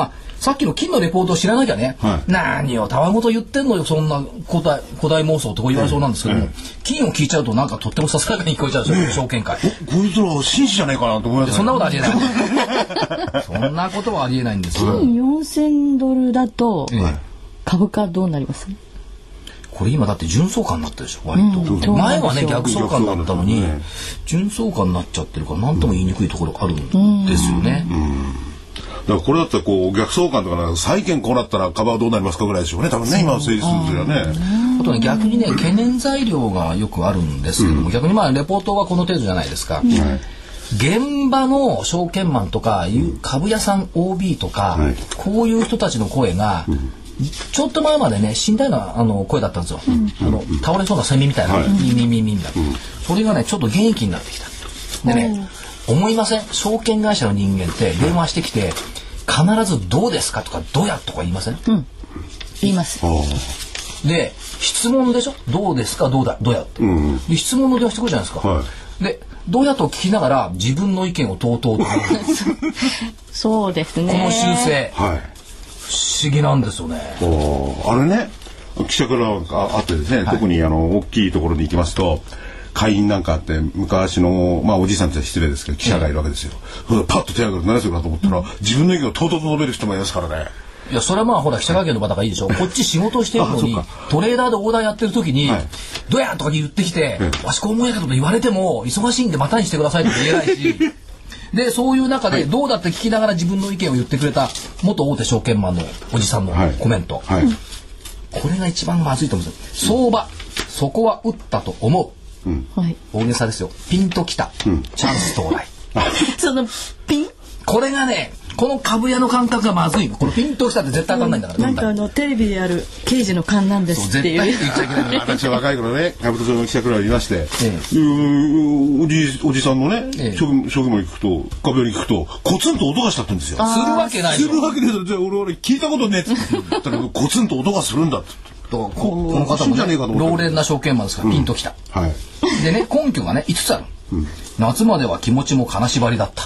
さっきの金のレポートを知らなきゃね、はい、何をたわごと言ってんのよそんな古代古代妄想とこう言われそうなんですけども、ええ、金を聞いちゃうとなんかとってもささやかに聞こえちゃうんですよ、ね、証券会。 こいつら紳士じゃないかなと思います、ね、 そんなことありえないそんなことはありえないんですよ。 金よんせんドルだと株価どうなります？ これ今だって純相関になってるでしょ割と、うん、前はね逆相関だったのに純相関になっちゃってるから何とも言いにくいところがあるんですよね。うんうんうん、 だからこれだったらこう逆相関とか債券こうなったら株はどうなりますかぐらいでしょうね多分ね今の成立するよね。 あとね逆にね懸念材料がよくあるんですけども、うん、逆にまあレポートはこの程度じゃないですか、うん、現場の証券マンとか株屋さん オービー とか、はい、こういう人たちの声が、うんちょっと前までね死んだようなあの声だったんですよ、うん、あの倒れそうなセミみたいな、はい、ミミミミみたいな、うん、それがねちょっと元気になってきたでね、うん、思いません証券会社の人間って電話してきて必ずどうですかとかどうやとか言いません、うん、 言いますで質問でしょどうですかどうだどうやって、うん、で質問の電話してくるじゃないですか、はい、でどうやと聞きながら自分の意見をとうとうとそうですねこの修正、はい不思議なんですよね。 あれね記者からあってですね、はい、特にあの大きいところに行きますと会員なんかあって昔の、まあ、おじいさんって失礼ですけど記者がいるわけですよ、うん、パッと手を挙げて何するかと思ったら、うん、自分の意見をとうとうと述べる人もいますからね。 いやそれはまあほら記者会見の場だからいいでしょこっち仕事をしてるのにトレーダーでオーダーやってる時に、はい、どうやとか言ってきて、わしこう思うやけどと言われても忙しいんでまたにしてくださいと言えないしでそういう中でどうだって聞きながら自分の意見を言ってくれた元大手証券マンのおじさんのコメント、はいはい、これが一番まずいと思うんですよ。相場そこは打ったと思う、うん、大げさですよピンときた、うん、チャンス到来そのピンこれがねこの株屋の感覚がまずいのこのピンときたって絶対分かんないんだから、 うん、なんかあのテレビでやる刑事の勘なんですっていう絶対言っちゃいけない私は若い頃ね株都庁の記者クラブにいまして、ええ、おじおじさんのね、ええ、職務に聞くと株屋に聞くとコツンと音がしたって言うんですよ。 するわけないするわけないじゃあ俺俺聞いたことねえって言ったらコツンと音がするんだってこ, この方も、ね、老練な証券マンですから、うん、ピンときた、はい、でね根拠がねいつつある、うん、夏までは気持ちも金縛りだった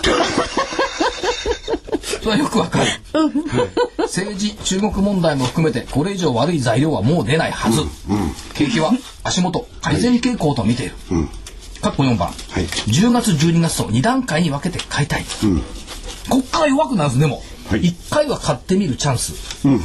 それはよくわかる、うん、政治中国問題も含めてこれ以上悪い材料はもう出ないはず、うんうん、景気は足元改善傾向と見ている、うん、かっこよんばん、はい、じゅうがつじゅうにがつとに段階に分けて買いたい、うん、こっから弱くなるんですでも、はい、いっかいは買ってみるチャンス、うん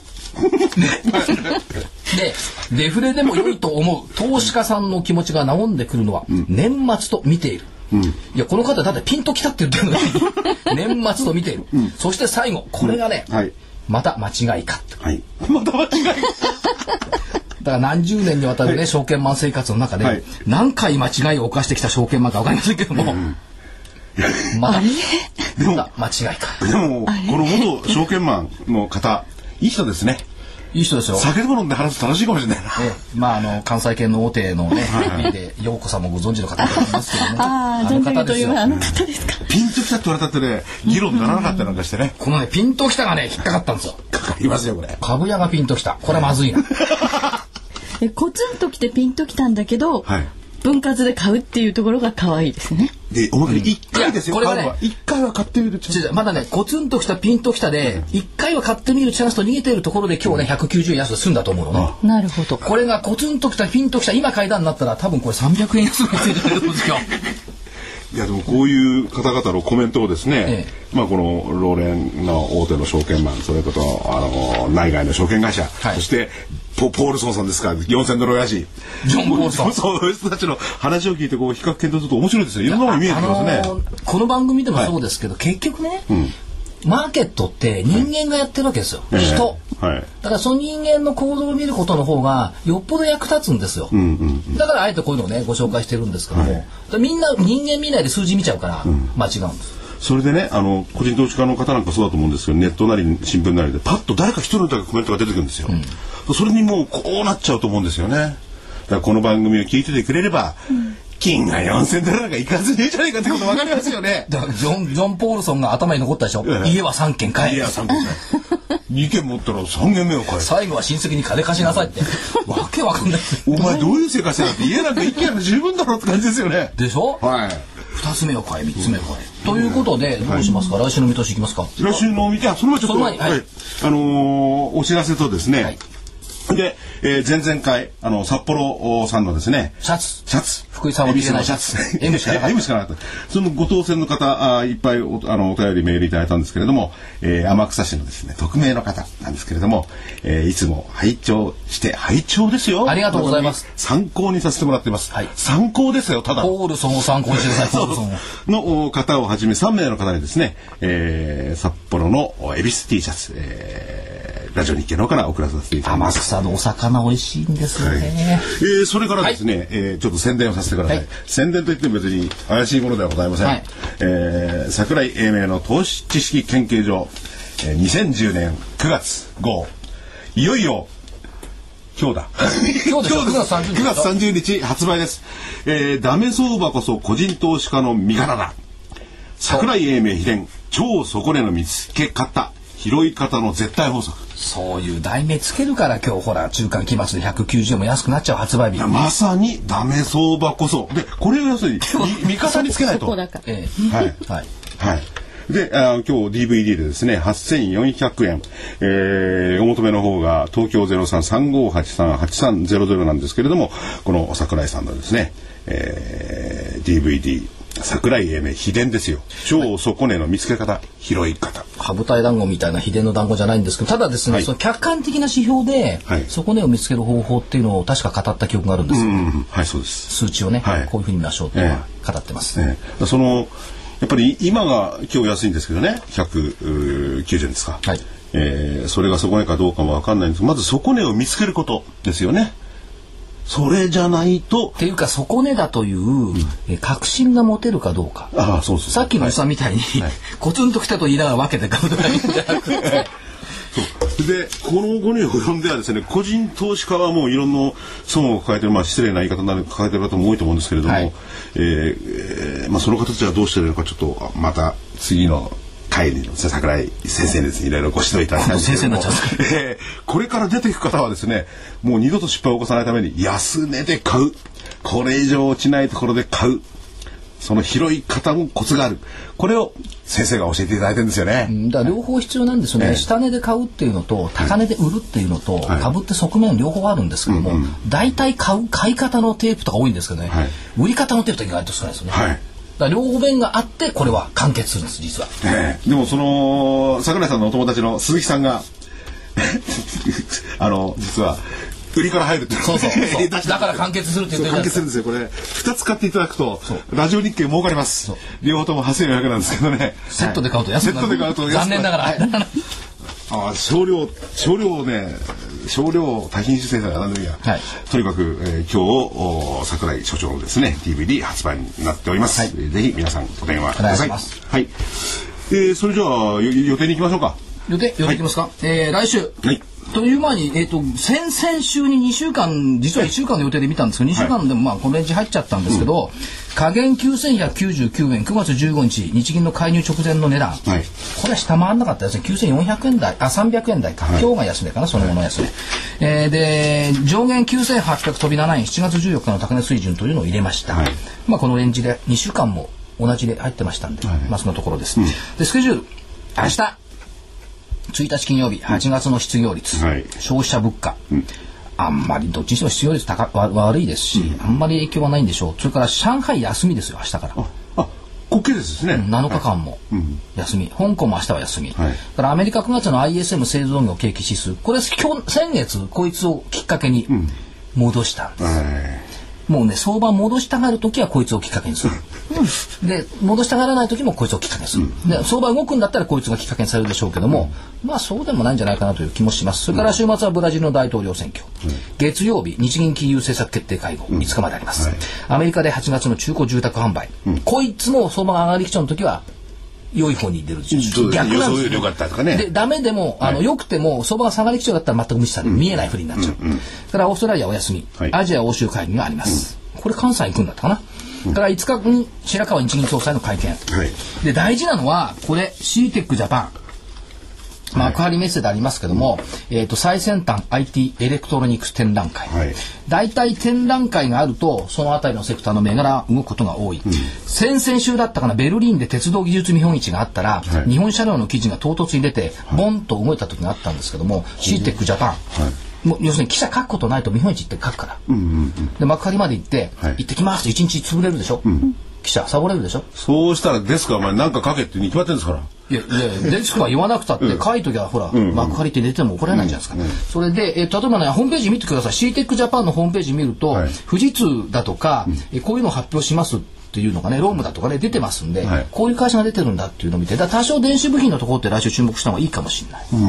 でデフレでも良いと思う投資家さんの気持ちが和んでくるのは年末と見ている、うん、いやこの方だってピンときたって言ってるのに年末と見ている、うん、そして最後これがね、うんはい、また間違いか、 はい、また間違いかだから何十年にわたるね、はい、証券マン生活の中で、はい、何回間違いを犯してきた証券マンか分かりませんけども、うん、またまた間違いか。 でもこの元証券マンの方いい人ですね。 いい人ですよ。 酒でも飲んで話すと楽しいかもしれないな。 ええ、まああの関西圏の大手のねで陽子さんもご存知の方だと思いますけどね。 ああ存じるというあの方ですか。 ピンときたって言われたってね議論にならなかったりなんかしてね。 このねピンときたがね引っかかったんですよ。 かかりますよこれ。 株屋がピンときた。これはまずいな。 えコツンときてピンときたんだけど、はい、分割で買うっていうところが可愛いですね。 でおまけにいっかいですよ。これはねいっかいは買ってみるチャンス。 まだねコツンときたピンときたでいっかいは買ってみるチャンスと逃げているところで今日ねひゃくきゅうじゅうえん安で済んだと思うのね。 なるほど。 これがコツンときたピンときた今買いだになったら多分これさんびゃくえん安がついてると思うんですよ。 いやでもこういう方々のコメントをですね、ええ、まあこの老練の大手の証券マンそれとあの内外の証券会社、はい、そしてポ, ポールソンさんですかよんせんドル親父ジョン・ポールソンそういう人たちの話を聞いてこう比較検討すると面白いですね。いろんなもの見えてきますね、あのー、この番組でもそうですけど、はい、結局ね、うんマーケットって人間がやってるわけですよ、はい、人、はい、だからその人間の行動を見ることの方がよっぽど役立つんですよ、うんうんうん、だからあえてこういうのをねご紹介してるんですけども、はい、みんな人間見ないで数字見ちゃうから、うん、間違うんです。 それでねあの個人投資家の方なんかそうだと思うんですけどネットなり新聞なりでパッと誰か一人だけコメントが出てくるんですよ、うん、それにもうこうなっちゃうと思うんですよね。だからこの番組を聞いててくれれば、うん金がよんせんドルなんかいかずねえじゃねえかってこと分かりますよね。 だからジョン、ジョン・ポールソンが頭に残ったでしょ、ええ、家はさんけん買え。 家はさんけん買えにけん持ったらさんけんめを買え。 最後は親戚に金貸しなさいってわけわかんない。 お前どういう生活してんだって家なんかいっけんで十分だろって感じですよね。 でしょ、 はいふたつめを買え、みっつめを買え。ということで、どうしますか、来週の見通しいきますか。 来週の見て、その前ちょっと、はい、あのー、お知らせとですね、はい、で、えー、前々回、あの、札幌さんのですね、 シャツ。 シャツ。 福井さんは着れないシャツ。M しかなかった。 M しかなかった。そのご当選の方、あいっぱいお、あの、お便りメールいただいたんですけれども、えー、天草市のですね、匿名の方なんですけれども、えー、いつも拝聴して、拝聴ですよ。 ありがとうございます。 参考にさせてもらってます。 はい。 参考ですよ、ただ。 ポールソンを参考にしてください、ポールソンを。の方をはじめさん名の方にですね、えー、札幌の恵比寿 T シャツ、えー、ラジオ日経の方から送らせていただきます。 天草のお魚美味しいんですよね。はい、 えー、それからですね、はい、えー、ちょっと宣伝をさせてください。はい、宣伝といっても別に怪しいものではございません。はい、えー、桜井英明の投資知識研究所、えー、にせんじゅうねんくがつ号、いよいよ今日だ。 今日です。くがつさんじゅうにち。 くがつさんじゅうにち発売です。えー、ダメ相場こそ個人投資家の味方だ。桜井英明秘伝超底値の見つけ方。拾い方の絶対法則。 そういう題名つけるから今日ほら中間期末でひゃくきゅうじゅうえんも安くなっちゃう発売日。 まさにダメ相場こそで、これを要するに味方につけないと。 ええ、はいはいはい。で、あ今日 ディーブイディー でですねはっせんよんひゃくえん、えー、お求めの方が東京 ゼロさん さんごはちさん はちさんゼロゼロ なんですけれども、この桜井さんのですね、えー、ディーブイディー桜井英明秘伝ですよ。超底値の見つけ方、拾い方。 羽二重団子みたいな秘伝の団子じゃないんですけど、ただですね、はい、その客観的な指標で、はい、底値を見つける方法っていうのを確か語った記憶があるんですよ。 うんうん、はい、そうです。 数値をね、はい、こういうふうに見ましょうっていうのは語ってます。 ええ、そのやっぱり今が今日安いんですけどね、ひゃくきゅうじゅうえんですか。はい、えー、それが底値かどうかもわかんないんですけど、まず底値を見つけることですよね。それじゃないとっていうか底値だという、うん、え確信が持てるかどうか。 ああ、そうそう。 さっきのおっさんみたいに、はい、コツンときたと言いながら分けて買うとかいいんじゃなくてそうで、この後に及んではですね、個人投資家はもういろんな損を抱えてる、まあ失礼な言い方になる抱えてる方も多いと思うんですけれども、はい、えーえー、まあその方たちはどうしてるのかちょっとまた次の会にの桜井先生にですね、いろいろご指導いただきたいんですけども、えー、これから出ていく方はですね、もう二度と失敗を起こさないために安値で買う、これ以上落ちないところで買う、その拾い方もコツがある、これを先生が教えていただいてるんですよね。 うん、だから両方必要なんですよね、えー、下値で買うっていうのと高値で売るっていうのと、はい、株って側面両方あるんですけども、大体、うんうん、買う買い方のテープとか多いんですけどね、はい、売り方のテープと意外と少ないですよね。はい、だ両方面があってこれは完結するんです実は、 えー、でもその桜井さんのお友達の鈴木さんがあの実は売りから入るってそうそうそうだから完結するって言ってる完結するんですよ。これふたつ買っていただくとラジオ日経儲かります。両方ともはっせんよんひゃくえんなんですけどね、 セットで買うと安くなる。 セットで買うと安くなる。 残念ながら、はい、 あ少量少量ね少量多品種生産がなんでもいいや、はい、とにかく、えー、今日桜井所長のですね ディーブイディー 発売になっております、はい、ぜひ皆さんお電話ください。はい、えー、それじゃあ予定に行きましょうか。 予定予定いきますか、はい、えー、来週、はい、という前に、えー、と先々週ににしゅうかん実はいっしゅうかんの予定で見たんですけど、にしゅうかんでもまあこのレンジ入っちゃったんですけど、うん、下限きゅうせんひゃくきゅうじゅうきゅうえんくがつじゅうごにち日銀の介入直前の値段、はい、これは下回らなかったですね。きゅうせんよんひゃくえん台あさんびゃくえん台か、はい、今日が安値かな、その後の安値、えー、で上限きゅうせんはっぴゃく飛びななえんしちがつじゅうよっかの高値水準というのを入れました、はい、まあ、このレンジでにしゅうかんも同じで入ってましたんで、はい、まあそのところです、うん、でスケジュール明日ついたち金曜日はちがつの失業率、はい、消費者物価、うん、あんまりどっちにしても失業率高悪いですし、うん、あんまり影響はないんでしょう。それから上海休みですよ明日から。 ああ国慶ですね、 なのかかんも休み、はい、香港も明日は休み、はい、だからアメリカくがつの アイエスエム 製造業景気指数、これ今日先月こいつをきっかけに戻したんです、うんはい、もうね相場戻したがるときはこいつをきっかけにする、うん、で戻したがらないときもこいつをきっかけにする、うん、で相場動くんだったらこいつがきっかけにされるでしょうけども、うん、まあそうでもないんじゃないかなという気もします。それから週末はブラジルの大統領選挙、うん、月曜日日銀金融政策決定会合、うん、みっかまであります、はい、アメリカではちがつの中古住宅販売、うん、こいつも相場が上がり基調のときは良い方に出る、 うん、逆なんですよ。良かったとかね。 でダメでもあの、はい、良くても相場が下がり基調だったら全く無視される、うん、見えないふりになっちゃう、うんうん、からオーストラリアお休み、はい、アジア欧州会議があります、うん、これ関西行くんだったかな、うん、からいつかに白川日銀総裁の会見、はい、で大事なのはこれ シーテック ジャパン幕張メッセでありますけども、えー、と最先端 アイティー エレクトロニクス展覧会、はい、大体展覧会があるとそのあたりのセクターの銘柄動くことが多い、うん、先々週だったかな、ベルリンで鉄道技術見本市があったら、はい、日本車両の記事が唐突に出て、はい、ボンと動いた時があったんですけども、シーテック ジャパン、はい、もう要するに記者書くことないと見本市行って書くから、うんうんうん、で幕張まで行って、はい、行ってきますといちにち潰れるでしょ、うん、記者サボれるでしょ。 そうしたらデスクはお前何か書けってに決まってるんですから。 いやいやデスクは言わなくたって、うん、書いときゃほら、うん、幕張って出ても怒られないじゃないですか、うんうん、それで、えー、例えばねホームページ見てください。 シーテック ジャパンのホームページ見ると、はい、富士通だとか、うん、えこういうのを発表しますっていうのがね、ロームだとかね出てますんで、はい、こういう会社が出てるんだっていうのを見て、だ多少電子部品のところって来週注目した方がいいかもしれない、うんうん、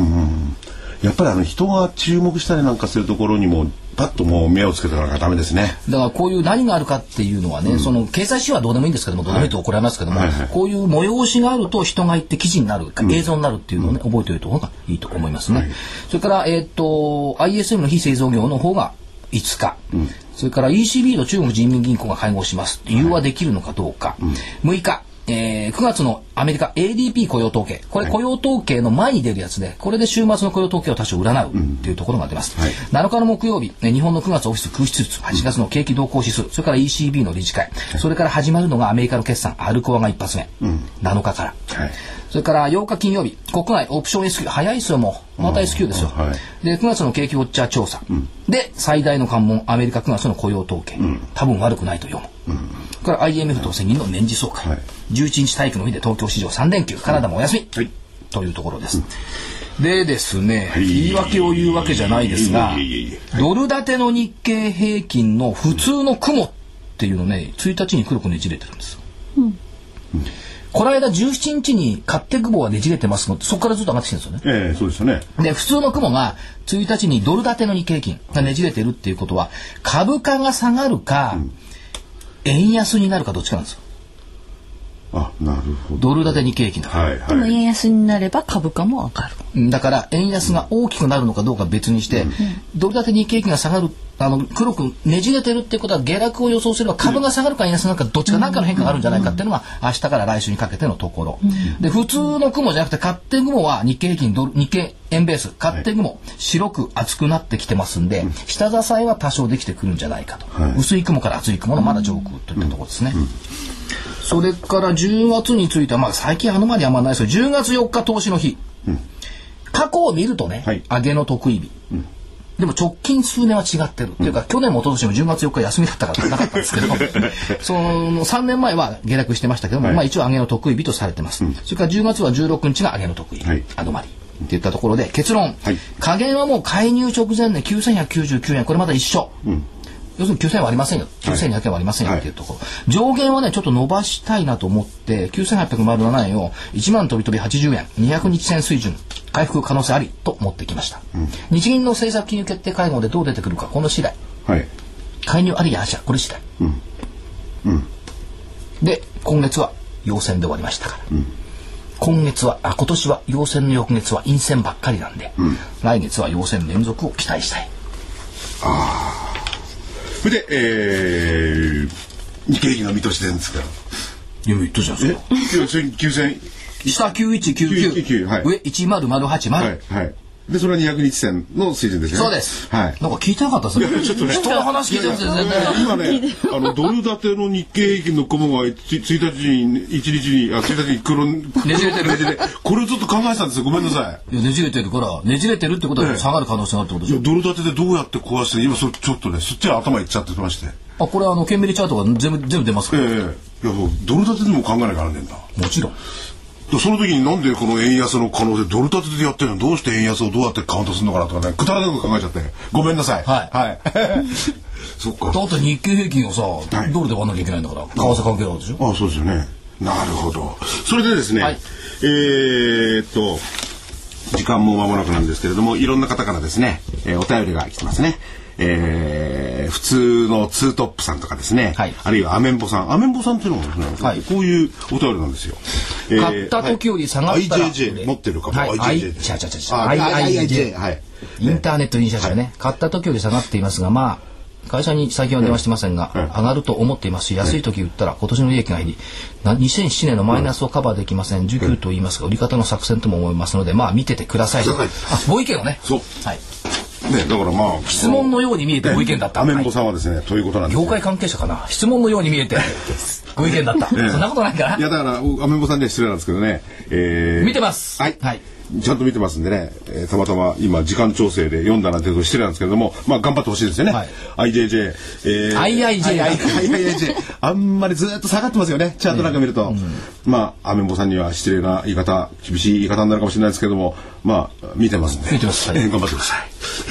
やっぱりあの人が注目したりなんかするところにもパッともう目をつけておかなきゃダメですね。 だからこういう何があるかっていうのはね、うん、その経済指標はどうでもいいんですけども、どうでもいいと怒られますけども、はいはいはい、こういう催しがあると人が行って記事になる、うん、映像になるっていうのをね、覚えておいた方がいいと思いますね、はい、それからえっ、ー、と アイエスエム の非製造業の方がいつか、うん、それから イーシービー の中国人民銀行が会合します。融和できるのかどうか、うん、むいかえー、くがつのアメリカ エーディーピー 雇用統計、これ雇用統計の前に出るやつで、これで週末の雇用統計を多少占うっていうところが出ます、うんはい、なのかの木曜日、日本のくがつオフィス空室率、はちがつの景気動向指数、それから イーシービー の理事会、それから始まるのがアメリカの決算アルコアが一発目、うん、なのかから、はい、それからようか金曜日、国内オプション エスキュー 早いですよ、もうまた エスキュー ですよ、はい、でくがつの景気ウォッチャー調査、うん、で最大の関門アメリカくがつの雇用統計、うん、多分悪くないと読む、うん、それから アイエムエフ と世銀の年次総会、はい、じゅういちにち体育の日で東京市場さんれんきゅう、カナダもお休み、はい、というところです、うん、でですね、はい、言い訳を言うわけじゃないですが、はい、ドル建ての日経平均の普通の雲っていうのね、ついたちに黒くねじれてるんです、うんうん、この間じゅうしちにちに買って雲はねじれてますのって、そこからずっと上がってきてるんですよね、 えー、そうですよね。 で普通の雲がついたちにドル建ての日経平均がねじれてるっていうことは、株価が下がるか、うん、円安になるかどっちかなんですよ。 あ、なるほど。 ドル建て日経平均だから、はいはい、 でも円安になれば株価も上がる。 だから円安が大きくなるのかどうか別にして、うん、ドル建て日経平均が下がる、あの黒くねじれてるってことは下落を予想すれば株が下がるか円安になるかどっちか何かの変化があるんじゃないかっていうのが明日から来週にかけてのところ、うん、で普通の雲じゃなくて勝手雲は日経平均ドル日経円ベース勝手雲、はい、白く厚くなってきてますんで、うん、下支えは多少できてくるんじゃないかと、はい、薄い雲から厚い雲のまだ上空といったところですね、うんうん、それからじゅうがつについては、まあ、最近あのまであんまないですけどじゅうがつよっか投資の日、うん、過去を見るとね、はい、上げの得意日、うん、でも直近数年は違ってる、うん、っていうか去年も一昨年もじゅうがつよっか休みだったからなかったんですけどそのさんねんまえは下落してましたけども、はい、まあ、一応上げの得意日とされてます、うん、それからじゅうがつはじゅうろくにちが上げの得意日、はい、あどまりっていったところで結論、はい、下限はもう介入直前できゅうせんひゃくきゅうじゅうきゅうえん、これまだ一緒、うん、要するにきゅうせんえんはありませんよ、きゅうせんにひゃくえんはありませんよっていうところ、はい、上限はねちょっと伸ばしたいなと思ってきゅうせんはっぴゃくななえんをいちまん飛び飛びはちじゅうえん、にひゃくにち線水準回復可能性ありと持ってきました、うん、日銀の政策金融決定会合でどう出てくるかこの次第、はい、介入ありやなしはこれ次第、うんうん、で今月は陽線で終わりましたから、うん、今月はあ今年は陽線の翌月は陰線ばっかりなんで、うん、来月は陽線連続を期待したい。 ああそれで、えー、日経平均の見通しでんですから。 いや、言ったじゃん。え、 きゅうせん、 下きゅういちきゅうきゅう、はい、上いちまるまるはちまる。 はい、はい。で、それはにひゃくにち線の水準ですね。 そうです。 はい。 なんか聞いてなかったですね。 ちょっとね。 人の話聞いてるんですよね。 今ね、あの、ドル建ての日経平均の雲がついたちに、いちにちに、あ、ついたちに黒、ねじれてる。ねじれこれをずっと考えてたんですよ。ごめんなさい。いや、ねじれてるから、ねじれてるってことは下がる可能性があるってことでしょ。 ドル建てでどうやって壊して、今それちょっとね、そっちは頭いっちゃってまして。 あ、これあの、ケンメリチャートが全部、全部出ますから。ええ。いや、もう、ドル建てでも考えなきゃならねえんだ。 もちろん。 その時になんでこの円安の可能性ドル建てでやってるのどうして円安をどうやってカウントするのかなとかねくだらなく考えちゃってごめんなさい。はい。はい。そっか。 だって日経平均をさ、はい、ドルで割らなきゃいけないんだから為替関係あるでしょ。 ああそうですよね。なるほど。それでですね、はい、えー、っと時間も間もなくなんですけれどもいろんな方からですね、えー、お便りが来てますね。えー、普通のツートップさんとかですね、はい、あるいはアメンボさんアメンボさんっていうのがですね、はい、こういうお便りなんですよ、 えー、買った時より下がったら、 はい、アイジェージェー 持ってるかも、 はい、アイジェージェー アイアイジェー はい、インターネットイニシアチブね、はい、買った時より下がっていますがまあ会社に最近は電話してませんが、上がると思っていますし、安い時売ったら今年の利益が減り、にせんななねんのマイナスをカバーできません。需給と言いますが売り方の作戦とも思いますので、まあ見ててください。あ、ご意見をね。 そう。 はい。 ね、だからまあ質問のように見えてご意見だった。 アメンボさんはですね、ということなんです。 業界関係者かな。質問のように見えてご意見だった。そんなことないかな。 いやだからアメンボさんには失礼なんですけどね。えー、 見てます。 はい。 はい。 ちゃんと見てますんでね、えー、たまたま今時間調整で読んだなんていうと失礼なんですけれども、まあ頑張ってほしいですよね。はい、アイジェージェー、えー、 アイアイジェー、 アイアイジェー、あんまりずっと下がってますよね。チャートなんか見ると、うん、まあアメンボさんには失礼な言い方、厳しい言い方になるかもしれないですけども、まあ見てますんで、 見てます。はい、 えー、頑張ってください。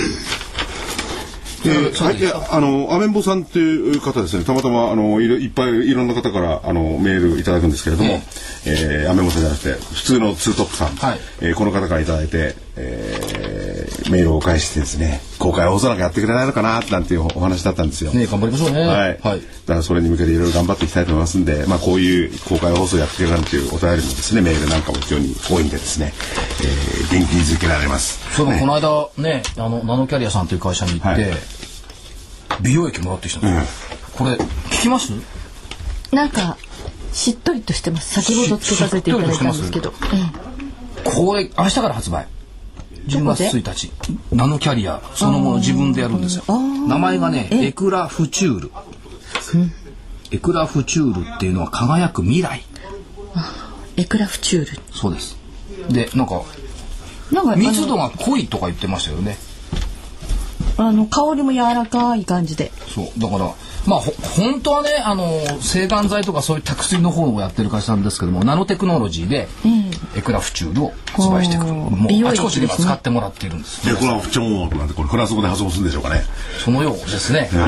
えー、はい、いやあのアメンボさんっていう方ですね、たまたまあの い, いっぱいいろんな方からあのメールいただくんですけれども、えー、アメンボさんじゃなくて普通のツートップさん、はい、えー、この方からいただいて、えー、メールを返してですね、公開放送なんかやってくれないのかななんていうお話だったんですよ。 ね、頑張りましょうね。 はい。はい、だからそれに向けていろいろ頑張っていきたいと思いますんで、まあこういう公開放送やってくれなんていうお便りもですね、メールなんかも非常に多いんでですね、えー、元気に続けられます。 そういえばこの間ね、あのナノキャリアさんという会社に行って。はい、美容液もらってきたんです、うん、これ聞きます？ なんかしっとりとしてます。先ほどつけさせていただいたんですけど、 うん、これ明日から発売、じゅうがつついたち、ナノキャリアそのもの自分でやるんですよ。名前がねエクラフチュール、うん、エクラフチュールっていうのは輝く未来。 エクラフチュール、 そうです。でなんか密度が濃いとか言ってましたよね。 あの香りも柔らかい感じで。 そうだからまあほ本当はね、あの制汗剤とかそういった薬の方をやってる会社なんですけども、ナノテクノロジーでエクラフチュールを発売してくる、もうあちこちで今使ってもらっているんです。 エクラフチュールなんてこれフランス語で発音するんでしょうかね。 そのようですね。 はい、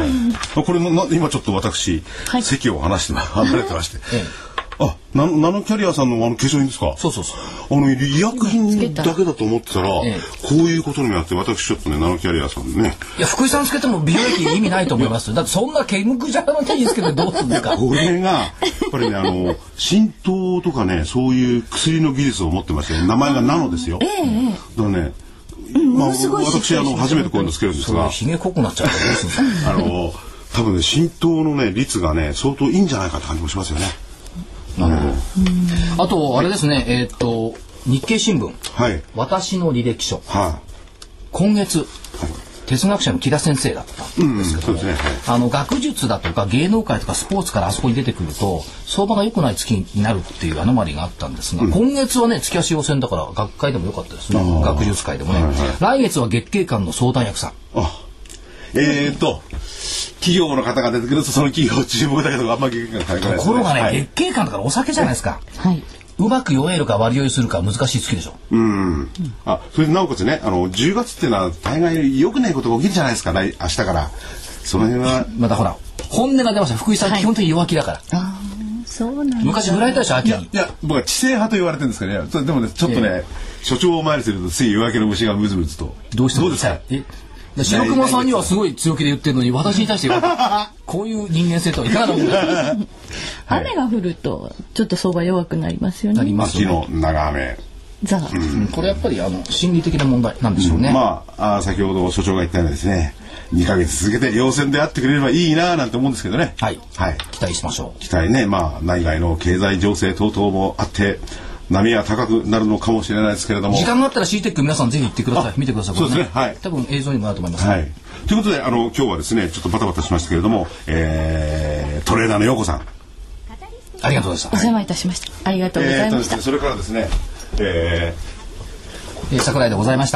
これの今ちょっと私、はい、席を離して離れてまして。ええ、あ、ナノキャリアさんのあの化粧品ですか。 そうそうそう。 あの医薬品だけだと思ってたら、ええ、こういうことになって、私ちょっとねナノキャリアさんね。 いや福井さんつけても美容液意味ないと思います。だってそんなケムクジャラの手につけてどうするんですか。 これがやっぱりねあの浸透とかねそういう薬の技術を持ってまして、名前がナノですよ。ええ、だからね。まあ、私あの初めてこういうのつけるんですが、 ひげ濃くなっちゃうからどうするんですか。 あの多分ね浸透のね率がね相当いいんじゃないかって感じもしますよね。 なるほど。あとあれですね、えー、っと日経新聞、はい、私の履歴書、はあ、今月、はい、哲学者の木田先生だったんですけども、うんうんね、はい、あの学術だとか芸能界とかスポーツからあそこに出てくると相場が良くない月になるっていうアノマリがあったんですが、うん、今月はね月足要線だから学会でも良かったですね。学術界でもね、はいはい、来月は月経館の相談役さん。 あ、えー、っと企業の方が出てくるとその企業注目だけどあんまり月経館ところがね、はい、月経館だからお酒じゃないですか。はい、うまく酔えるか割り酔いするか難しい月でしょ。 うん。あ、それでなおかつね、あのじゅうがつっていうのは大概良くないことが起きるじゃないですか。来明日からその辺はまたほら本音が出ました。福井さん、はい、基本的に弱気だから。あ、 そうなんだ。 昔売られたでしょ秋に。 いや僕は知性派と言われてるんですけどね。でもねちょっとね、えー、所長を前にするとつい弱気の虫がムズムズと。 どうしてどうですか。 え白熊さんにはすごい強気で言ってるのに私に対してこういう人間性とはいかがなもんだ。 雨が降るとちょっと相場弱くなりますよね。 なりますよね。 秋の長雨。 ザ、 うん、これやっぱりあの心理的な問題なんでしょうね。 うん、まあ、あ先ほど所長が言ったようにですね、にかげつ続けて陽線であってくれればいいななんて思うんですけどね。 はい。はい。期待しましょう。 期待ね、まあ内外の経済情勢等々もあって。波は高くなるのかもしれないですけれども、 時間があったら シーテック 皆さんぜひ行ってください。見てください。 そうですね。はい。 多分映像にもなると思います、ね。はい。 ということであの今日はですねちょっとバタバタしましたけれども、えー、トレーナーの陽子さんありがとうございました。 お邪魔いたしました。ありがとうございました。 えーとですね、それからですね、えー、桜井でございました。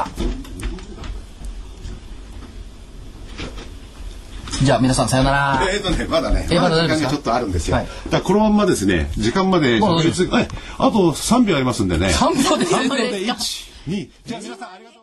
じゃあ皆さんさよなら。 えーとねまだね、えー、まだ時間がちょっとあるんですよ。はい、だからこのまんまですね時間まで、はい、あとさんびょうありますんでね。 さんびょうでさんびょうでいち、に、じゃあ皆さんありがとう。